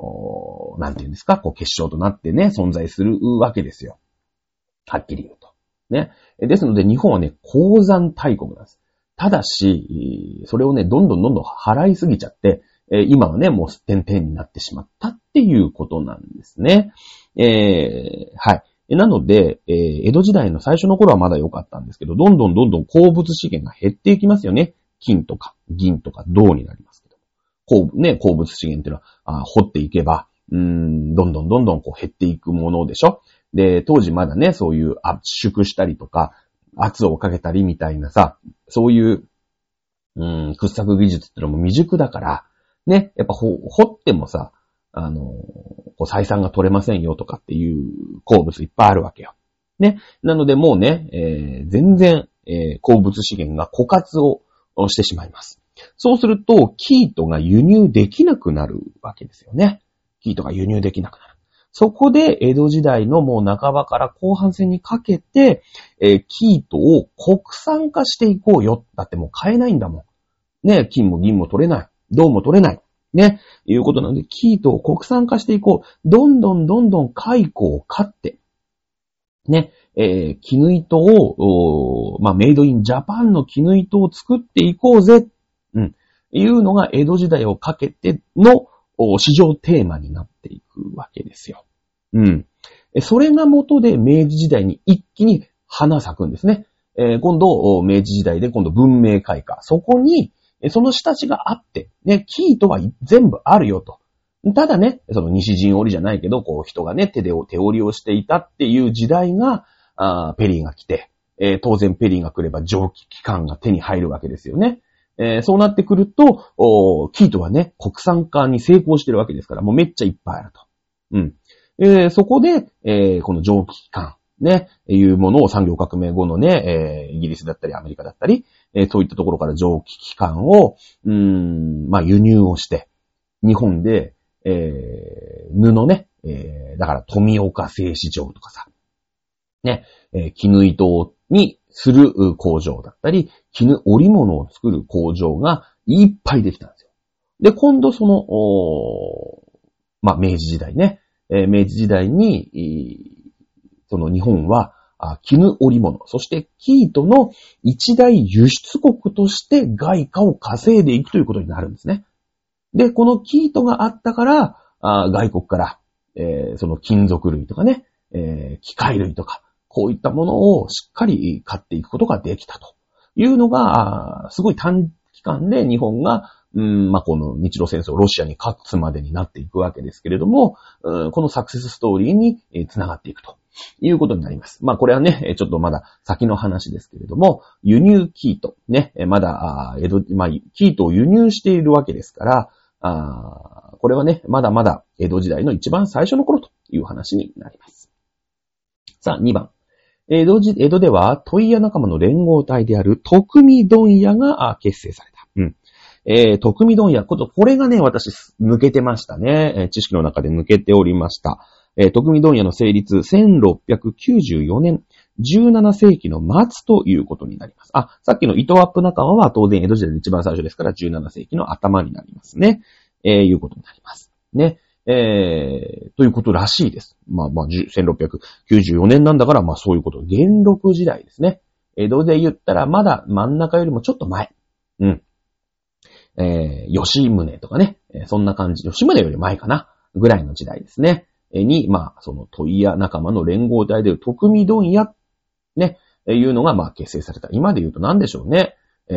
なんていうんですか、結晶となってね、存在するわけですよ。はっきり言うと。ね。ですので日本はね、鉱山大国なんです。ただし、それをね、どんどん払いすぎちゃって、今はね、もう点々になってしまったっていうことなんですね。はい。なので、江戸時代の最初の頃はまだ良かったんですけど、どんどん鉱物資源が減っていきますよね。金とか銀とか銅になりますけど。鉱物資源っていうのは、掘っていけば、どんどん減っていくものでしょ。で、当時まだね、そういう圧縮したりとか、圧をかけたりみたいなさ、そういう、掘削技術ってのも未熟だから、ね、やっぱ掘ってもさ、採算が取れませんよとかっていう鉱物いっぱいあるわけよ。ね。なのでもうね、全然、鉱物資源が枯渇をしてしまいます。そうすると、生糸が輸入できなくなるわけですよね。生糸が輸入できなくなる。そこで、江戸時代のもう半ばから後半戦にかけて、生糸を国産化していこうよ。だってもう買えないんだもん。ね、金も銀も取れない。銅も取れない。ね、いうことなので、生糸を国産化していこう。どんどん蚕を飼って、ね、絹糸を、メイドインジャパンの絹糸を作っていこうぜ。いうのが江戸時代をかけての市場テーマになっていくわけですよ。それが元で明治時代に一気に花咲くんですね。今度、明治時代で今度文明開化。そこに、その下地があって、ね、生糸は全部あるよと。ただね、その西陣織じゃないけど、人がね、手織りをしていたっていう時代が、ペリーが来て、当然ペリーが来れば蒸気機関が手に入るわけですよね。そうなってくると、生糸はね、国産化に成功してるわけですから、もうめっちゃいっぱいあると。そこで、この蒸気機関、ね、いうものを産業革命後のね、イギリスだったりアメリカだったり、そういったところから蒸気機関を、輸入をして、日本で、布ね、だから富岡製糸場とかさ、ね、絹糸にする工場だったり、絹織物を作る工場がいっぱいできたんですよ。で、今度その、明治時代ね、明治時代に、その日本は、絹織物、そして生糸の一大輸出国として外貨を稼いでいくということになるんですね。で、この生糸があったから、外国から、その金属類とかね、機械類とか、こういったものをしっかり買っていくことができたというのが、すごい短期間で日本が、この日露戦争、ロシアに勝つまでになっていくわけですけれども、このサクセスストーリーにつながっていくということになります。これはね、ちょっとまだ先の話ですけれども、輸入生糸、ね、まだ、生糸を輸入しているわけですから、これはね、まだまだ江戸時代の一番最初の頃という話になります。さあ、2番。江戸では問屋仲間の連合体である徳見問屋が結成された。徳見問屋、これがね、私抜けてましたね。知識の中で抜けておりました。徳見問屋の成立、1694年、17世紀の末ということになります。さっきの糸アップ仲間は当然江戸時代で一番最初ですから、17世紀の頭になりますね。いうことになります。ね。ということらしいです。1694年なんだから、そういうこと。元禄時代ですね。江戸で言ったら、まだ真ん中よりもちょっと前。吉宗とかね。そんな感じ。吉宗より前かな。ぐらいの時代ですね。に、その問屋仲間の連合体で徳見問屋、ね、いうのが、結成された。今で言うと何でしょうね。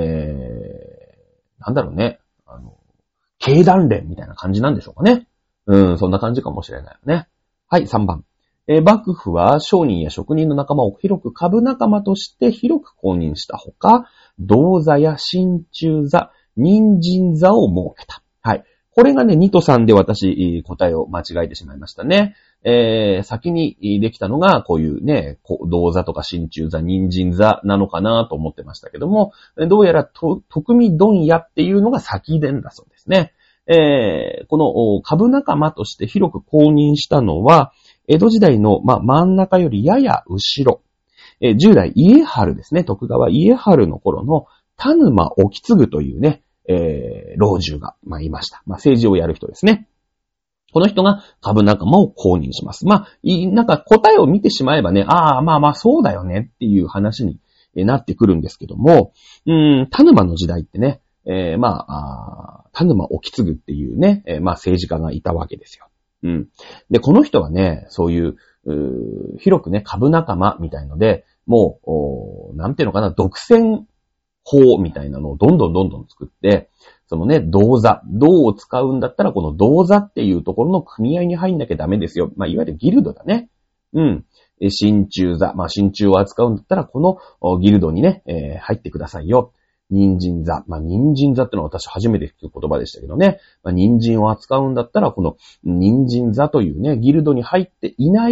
なんだろうね。経団連みたいな感じなんでしょうかね。そんな感じかもしれないよね。はい、3番。幕府は商人や職人の仲間を広く株仲間として広く公認したほか、銅座や真鍮座、人参座を設けた。はい。これがね、2と3で私、答えを間違えてしまいましたね。先にできたのが、こういうね、銅座とか真鍮座、人参座なのかなと思ってましたけども、どうやら徳見問屋っていうのが先伝だそうですね。この株仲間として広く公認したのは、江戸時代の、真ん中よりやや後ろ、10代家治ですね、徳川家治の頃の田沼意次というね、老中が、いました。政治をやる人ですね。 この人が株仲間を公認します。まあ、なんか答えを見てしまえばね、まあそうだよねっていう話になってくるんですけども、田沼の時代ってね、田沼意次っていうね、政治家がいたわけですよ。で、この人はね、そういう、広くね、株仲間みたいので、もう、なんていうのかな、独占法みたいなのをどんどん作って、そのね、銅を使うんだったら、この銅座っていうところの組合に入んなきゃダメですよ。いわゆるギルドだね。真鍮座。真鍮を扱うんだったら、このギルドにね、入ってくださいよ。人参座。人参座ってのは私初めて聞く言葉でしたけどね。人参を扱うんだったら、この人参座というね、ギルドに入っていない、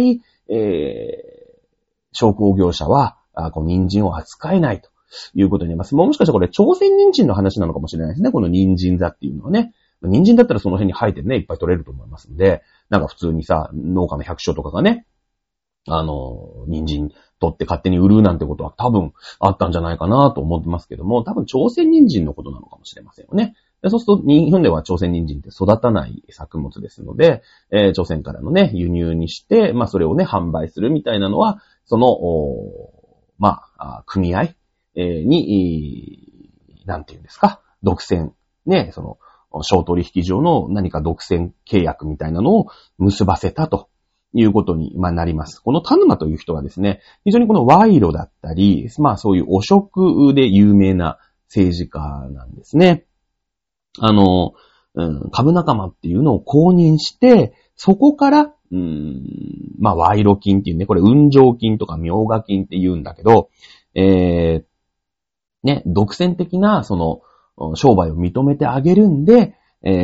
商工業者は、この人参を扱えないということになります。もしかしたらこれ、朝鮮人参の話なのかもしれないですね。この人参座っていうのはね。人参だったらその辺に生えてね、いっぱい取れると思いますんで、なんか普通にさ、農家の百姓とかがね、人参取って勝手に売るなんてことは多分あったんじゃないかなと思ってますけども、多分朝鮮人参のことなのかもしれませんよね。そうすると日本では朝鮮人参って育たない作物ですので、朝鮮からのね、輸入にして、それをね、販売するみたいなのは、その、組合に、なんていうんですか、独占、ね、その、商取引上の何か独占契約みたいなのを結ばせたということになります。この田沼という人はですね、非常にこの賄賂だったり、そういう汚職で有名な政治家なんですね。株仲間っていうのを公認して、そこから、賄賂金っていうね、これ運上金とか冥加金って言うんだけど、独占的な、その、商売を認めてあげるんで、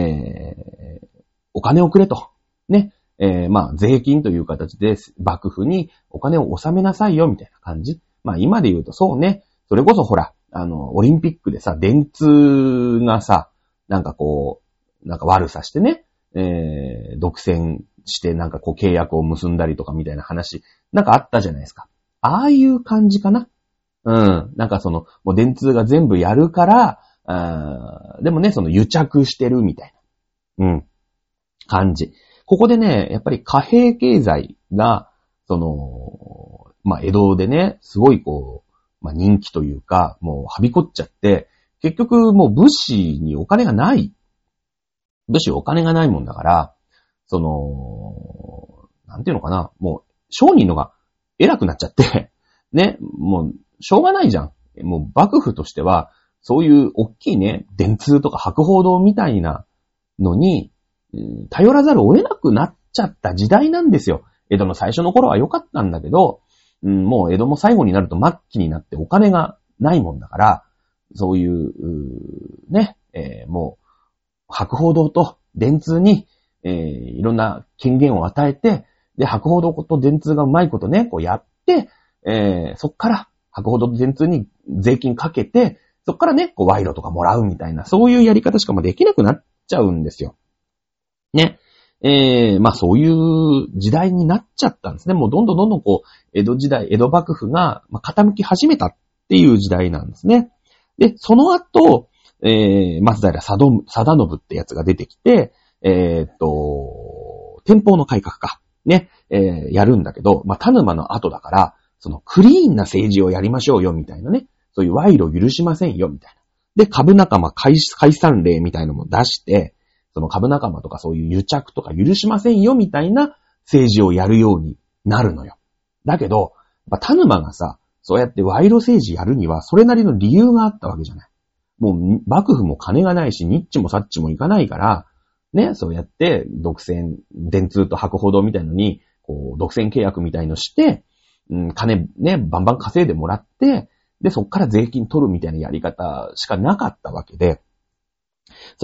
お金をくれと。ね。税金という形で幕府にお金を納めなさいよ、みたいな感じ。今で言うとそうね。それこそほら、オリンピックでさ、電通がさ、なんか悪さしてね、独占して契約を結んだりとかみたいな話、なんかあったじゃないですか。ああいう感じかな。もう電通が全部やるから、でもね、その癒着してるみたいな、感じ。ここでね、やっぱり貨幣経済が、その、江戸でね、すごい人気というか、もうはびこっちゃって、結局もう武士にお金がない。武士お金がないもんだから、その、なんていうのかな、もう商人のが偉くなっちゃって、ね、もうしょうがないじゃん。もう幕府としては、そういう大きいね、電通とか博報堂みたいなのに、頼らざるを得なくなっちゃった時代なんですよ。江戸の最初の頃は良かったんだけど、もう江戸も最後になると末期になってお金がないもんだから、そういう、ね、もう、博報堂と電通に、いろんな権限を与えて、で、博報堂と電通がうまいことね、やって、そっから博報堂と電通に税金かけて、そっからね、賄賂とかもらうみたいな、そういうやり方しかできなくなっちゃうんですよ。ね。そういう時代になっちゃったんですね。もうどんどん江戸時代、江戸幕府が傾き始めたっていう時代なんですね。で、その後、松平定信ってやつが出てきて、天保の改革か。ね、やるんだけど、田沼の後だから、そのクリーンな政治をやりましょうよ、みたいなね。そういう賄賂を許しませんよ、みたいな。で、株仲間解散令みたいなのも出して、その株仲間とかそういう癒着とか許しませんよ、みたいな政治をやるようになるのよ。だけど、田沼がさ、そうやって賄賂政治やるには、それなりの理由があったわけじゃない。もう、幕府も金がないし、ニッチもサッチもいかないから、ね、そうやって、電通と博報堂みたいのに、独占契約みたいのして、金ね、バンバン稼いでもらって、で、そっから税金取るみたいなやり方しかなかったわけで、そ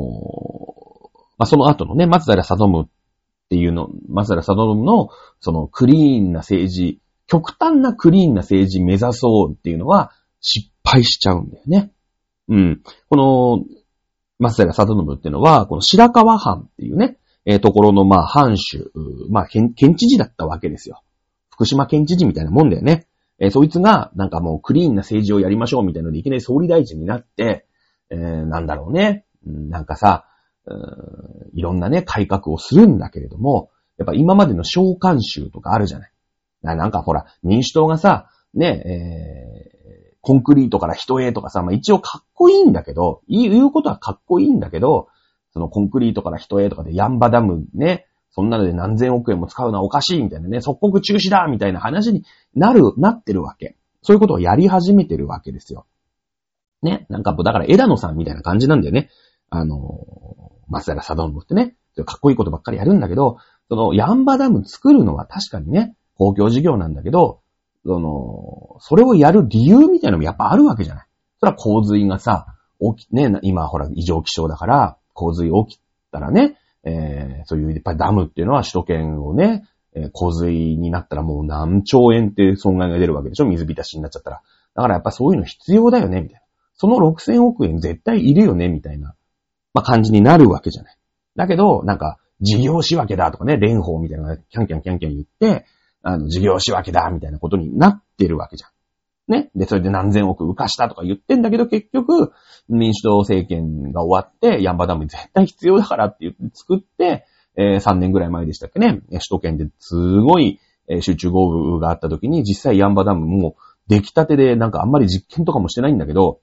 の後のね、松平定信っていうの、松平定信の、そのクリーンな政治、極端なクリーンな政治目指そうっていうのは失敗しちゃうんだよね。この、松平定信っていうのは、この白河藩っていうね、ところの藩主、県知事だったわけですよ。福島県知事みたいなもんだよね。そいつが、もうクリーンな政治をやりましょうみたいなので、いきなり総理大臣になって、なんだろうね。 いろんなね、改革をするんだけれども、やっぱ今までの召喚集とかあるじゃない。なんかほら、民主党がさ、ね、コンクリートから人へとかさ、まあ一応かっこいいんだけど、言うことはかっこいいんだけど、そのコンクリートから人へとかでヤンバダムね、そんなので何千億円も使うのはおかしいみたいなね、即刻中止だみたいな話になってるわけ。そういうことをやり始めてるわけですよ。ね、なんかだから枝野さんみたいな感じなんだよね。松平定信ってね、かっこいいことばっかりやるんだけど、そのヤンバダム作るのは確かにね、公共事業なんだけど、それをやる理由みたいなのもやっぱあるわけじゃない。それは洪水がさ、ね、今ほら異常気象だから、洪水起きたらね、そういうやっぱりダムっていうのは首都圏をね、洪水になったらもう何兆円って損害が出るわけでしょ、水浸しになっちゃったら。だからやっぱそういうの必要だよね、みたいな。その6000億円絶対いるよね、みたいな、まあ、感じになるわけじゃない。だけど、なんか、事業仕分けだとかね、蓮舫みたいなのがキャンキャン言って、事業仕分けだみたいなことになってるわけじゃん。ね。で、それで何千億浮かしたとか言ってんだけど、結局、民主党政権が終わって、ヤンバダム絶対必要だからって言って作って、3年ぐらい前でしたっけね、首都圏ですごい、集中豪雨があった時に、実際ヤンバダムも出来たてで、なんかあんまり実験とかもしてないんだけど、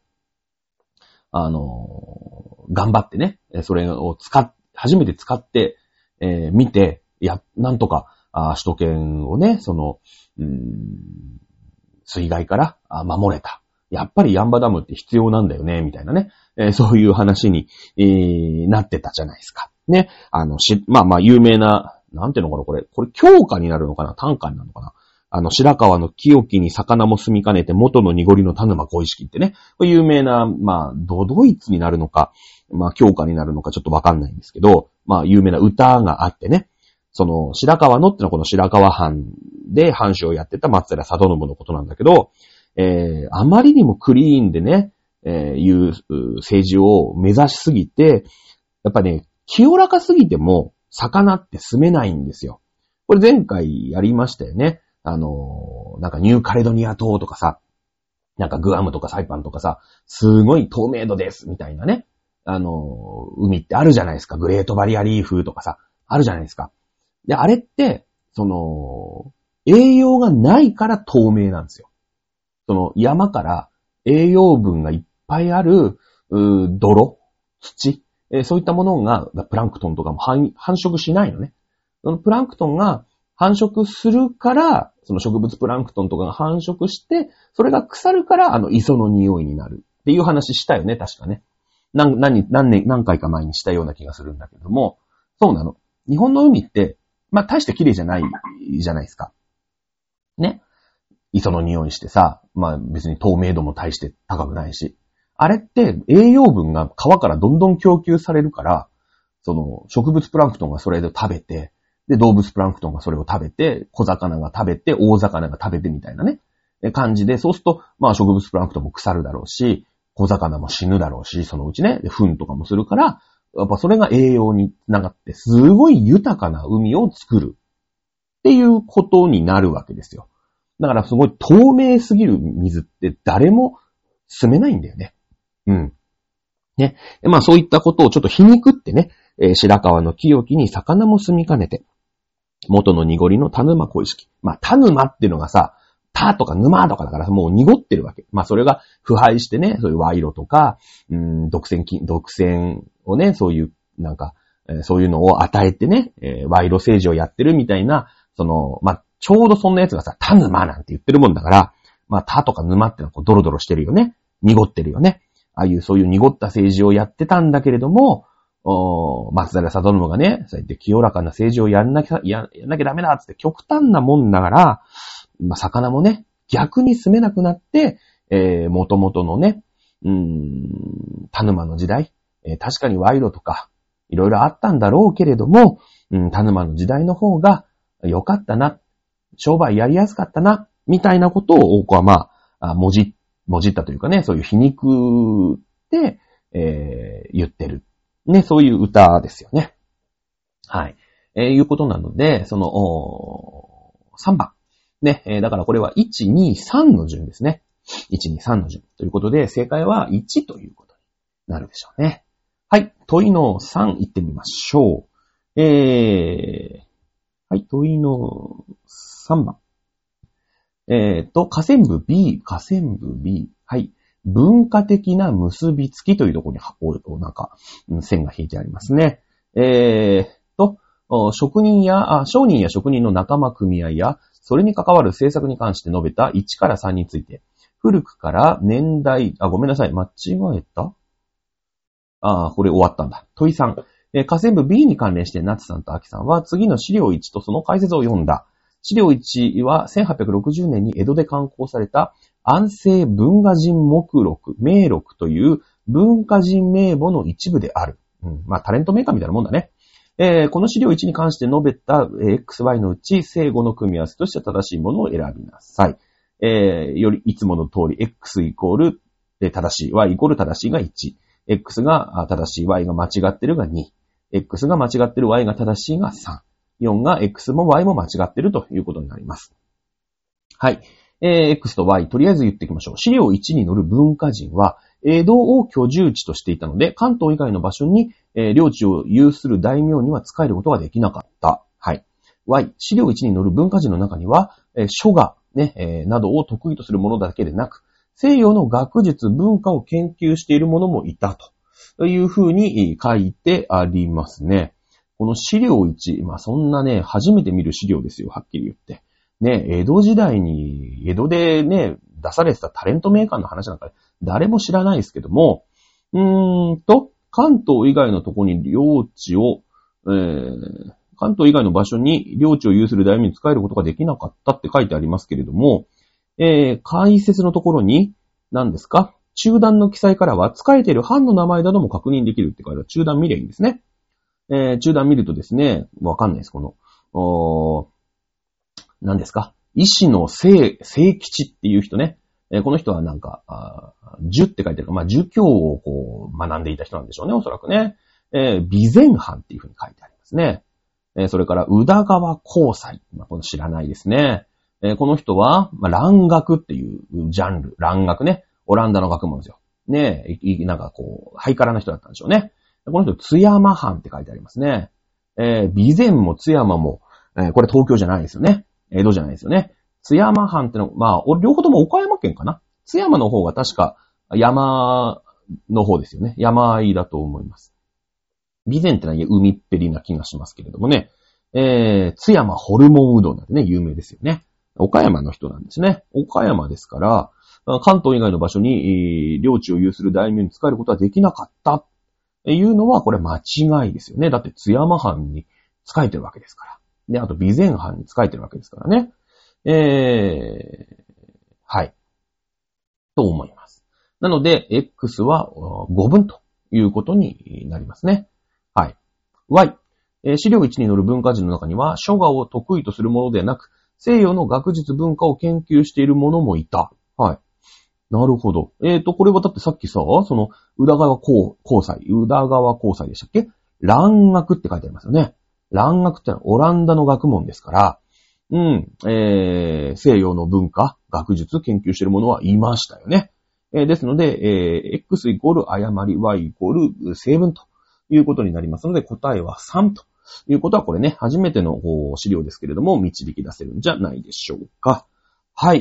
頑張ってね、それを初めて使って、見て、なんとか、首都圏をね、水害から守れた。やっぱりヤンバダムって必要なんだよね、みたいなね。そういう話に、なってたじゃないですか。ね。まあ、有名な、なんていうのかな、これ教科になるのかな、短歌になるのかな。白川の清きに魚も住みかねて元の濁りの田沼小意識ってね。これ有名な、まあ、ドイツになるのか、まあ、教科になるのかちょっとわかんないんですけど、まあ、有名な歌があってね。その、白川のってのはこの白川藩で藩主をやってた松平定信のことなんだけど、あまりにもクリーンでね、いう政治を目指しすぎて、やっぱね、清らかすぎても魚って住めないんですよ。これ前回やりましたよね。なんかニューカレドニア島とかさ、なんかグアムとかサイパンとかさ、すごい透明度ですみたいなね。海ってあるじゃないですか。グレートバリアリーフとかさ、あるじゃないですか。で、あれって、栄養がないから透明なんですよ。山から栄養分がいっぱいある、泥、土、そういったものが、プランクトンとかも繁殖しないのね。そのプランクトンが繁殖するから、その植物プランクトンとかが繁殖して、それが腐るから、磯の匂いになるっていう話したよね、確かね。何回か前にしたような気がするんだけども、そうなの。日本の海って、まあ、大して綺麗じゃないじゃないですか。ね。磯の匂いしてさ、まあ別に透明度も大して高くないし。あれって栄養分が川からどんどん供給されるから、植物プランクトンがそれで食べて、で、動物プランクトンがそれを食べて、小魚が食べて、大魚が食べてみたいなね、感じで、そうすると、まあ植物プランクトンも腐るだろうし、小魚も死ぬだろうし、そのうちね、で糞とかもするから、やっぱそれが栄養につながって、すごい豊かな海を作るっていうことになるわけですよ。だからすごい透明すぎる水って誰も住めないんだよね。うん。ね。まあそういったことをちょっと皮肉ってね、白川の清きに魚も住みかねて、元の濁りの田沼小意識。まあ田沼っていうのがさ、田とか沼とかだからもう濁ってるわけ。まあそれが腐敗してね、そういう賄賂とか、独占をね、そういう、なんか、そういうのを与えてね、賄賂政治をやってるみたいな、まあ、ちょうどそんなやつがさ、田沼なんて言ってるもんだから、まあ、田とか沼ってのはこうドロドロしてるよね。濁ってるよね。ああいうそういう濁った政治をやってたんだけれども、松平定信がね、そうやって清らかな政治をやんなきゃダメだっつって極端なもんだから、まあ、魚もね、逆に住めなくなって、元々のね、田沼の時代、確かに賄賂とか、いろいろあったんだろうけれども、田沼の時代の方が良かったな、商売やりやすかったな、みたいなことを大子はまあ、もじったというかね、そういう皮肉で、言ってる。ね、そういう歌ですよね。はい。いうことなので、3番。ね、だからこれは1、2、3の順ですね。1、2、3の順。ということで、正解は1ということになるでしょうね。はい。 問いの3行ってみましょう。はい、問いの3番。下線部 B。はい。文化的な結びつきというところに、なんか、線が引いてありますね。商人や職人の仲間組合や、それに関わる政策に関して述べた1から3について、古くから年代、ごめんなさい、間違えた？これ終わったんだ。問い3。下線部 B に関連して夏さんと秋さんは次の資料1とその解説を読んだ。資料1は1860年に江戸で刊行された安政文雅人目録、名録という文化人名簿の一部である。タレントメーカーみたいなもんだね。この資料1に関して述べた XY のうち正誤の組み合わせとして正しいものを選びなさい。よりいつもの通り X イコール正しい、Y イコール正しいが1。X が正しい、Y が間違ってるが2。X が間違ってる、Y が正しいが3。4が X も Y も間違ってるということになります。はい。X と Y、とりあえず言っていきましょう。資料1に載る文化人は、江戸を居住地としていたので、関東以外の場所に、領地を有する大名には仕えることができなかった。はい。Y、資料1に載る文化人の中には、書画、などを得意とするものだけでなく、西洋の学術、文化を研究している者もいたというふうに書いてありますね。この資料1、そんなね、初めて見る資料ですよ、はっきり言って。ね、江戸時代に、江戸でね、出されてたタレントメーカーの話なんか誰も知らないですけども、関東以外のとこに領地を、関東以外の場所に領地を有する大名に仕えることができなかったって書いてありますけれども、解説のところに、何ですか？中段の記載からは、仕えている藩の名前なども確認できるって書いてある。中段見ればいいんですね。中段見るとですね、わかんないです。何ですか？医師の聖吉っていう人ね。この人はなんか、儒って書いてある。儒教をこう学んでいた人なんでしょうね、おそらくね。備前藩っていうふうに書いてありますね。それから、宇田川光斎。この知らないですね。この人は、蘭学っていうジャンル。蘭学ね。オランダの学問ですよ。ねなんかこう、ハイカラな人だったんでしょうね。この人、津山藩って書いてありますね。備前も津山も、これ東京じゃないですよね。江戸じゃないですよね。津山藩っての、両方とも岡山県かな。津山の方が確か山の方ですよね。山あいだと思います。備前ってのは海っぺりな気がしますけれどもね。津山ホルモンうどんなんてね、有名ですよね。岡山の人なんですね。岡山ですから、関東以外の場所に領地を有する大名に仕えることはできなかったっていうのは、これ間違いですよね。だって津山藩に仕えてるわけですから。で、あと備前藩に仕えてるわけですからね。はい。と思います。なので、X は5分ということになりますね。はい。Y。資料1に載る文化人の中には、書画を得意とするものではなく、西洋の学術文化を研究している者もいた。はい。なるほど。これはだってさっきさ、宇田川光斎でしたっけ？蘭学って書いてありますよね。蘭学ってのはオランダの学問ですから、西洋の文化、学術研究している者はいましたよね。ですので、X イコール誤り、Y イコール正文ということになりますので、答えは3ということはこれね、初めての資料ですけれども、導き出せるんじゃないでしょうか。はい、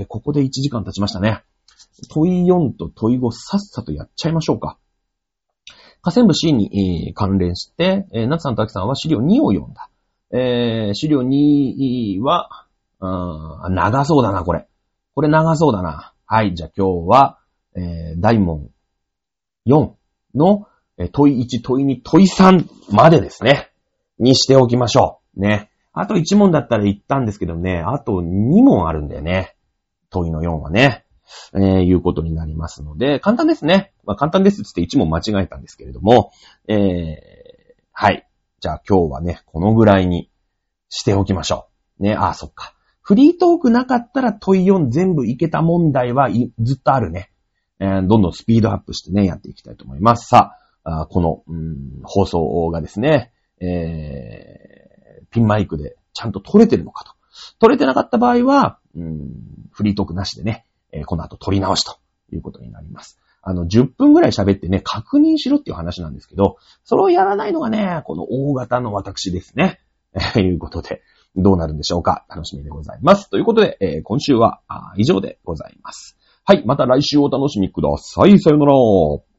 ここで1時間経ちましたね。問い4と問い5さっさとやっちゃいましょうか。下線部 C に、関連して、夏さんと秋さんは資料2を読んだ。資料2は、長そうだな、これ。これ長そうだな。はい、じゃあ今日は、大問4の問い1、問い2、問い3までですね。にしておきましょう。ね。あと1問だったら言ったんですけどね、あと2問あるんだよね。問いの4はね。いうことになりますので、簡単ですね。簡単ですって言って1問間違えたんですけれども、はい。じゃあ今日はね、このぐらいにしておきましょう。ね、そっか。フリートークなかったら問い4全部いけた問題はずっとあるね。どんどんスピードアップしてね、やっていきたいと思います。さあ、この、放送がですね、ピンマイクでちゃんと撮れてるのかと。撮れてなかった場合は、フリートークなしでね、この後撮り直しということになります。 10分ぐらい喋ってね、確認しろっていう話なんですけど、それをやらないのがね、この大型の私ですね。いうことで、どうなるんでしょうか。楽しみでございます。ということで、今週は以上でございます。はい、また来週お楽しみください。さよなら。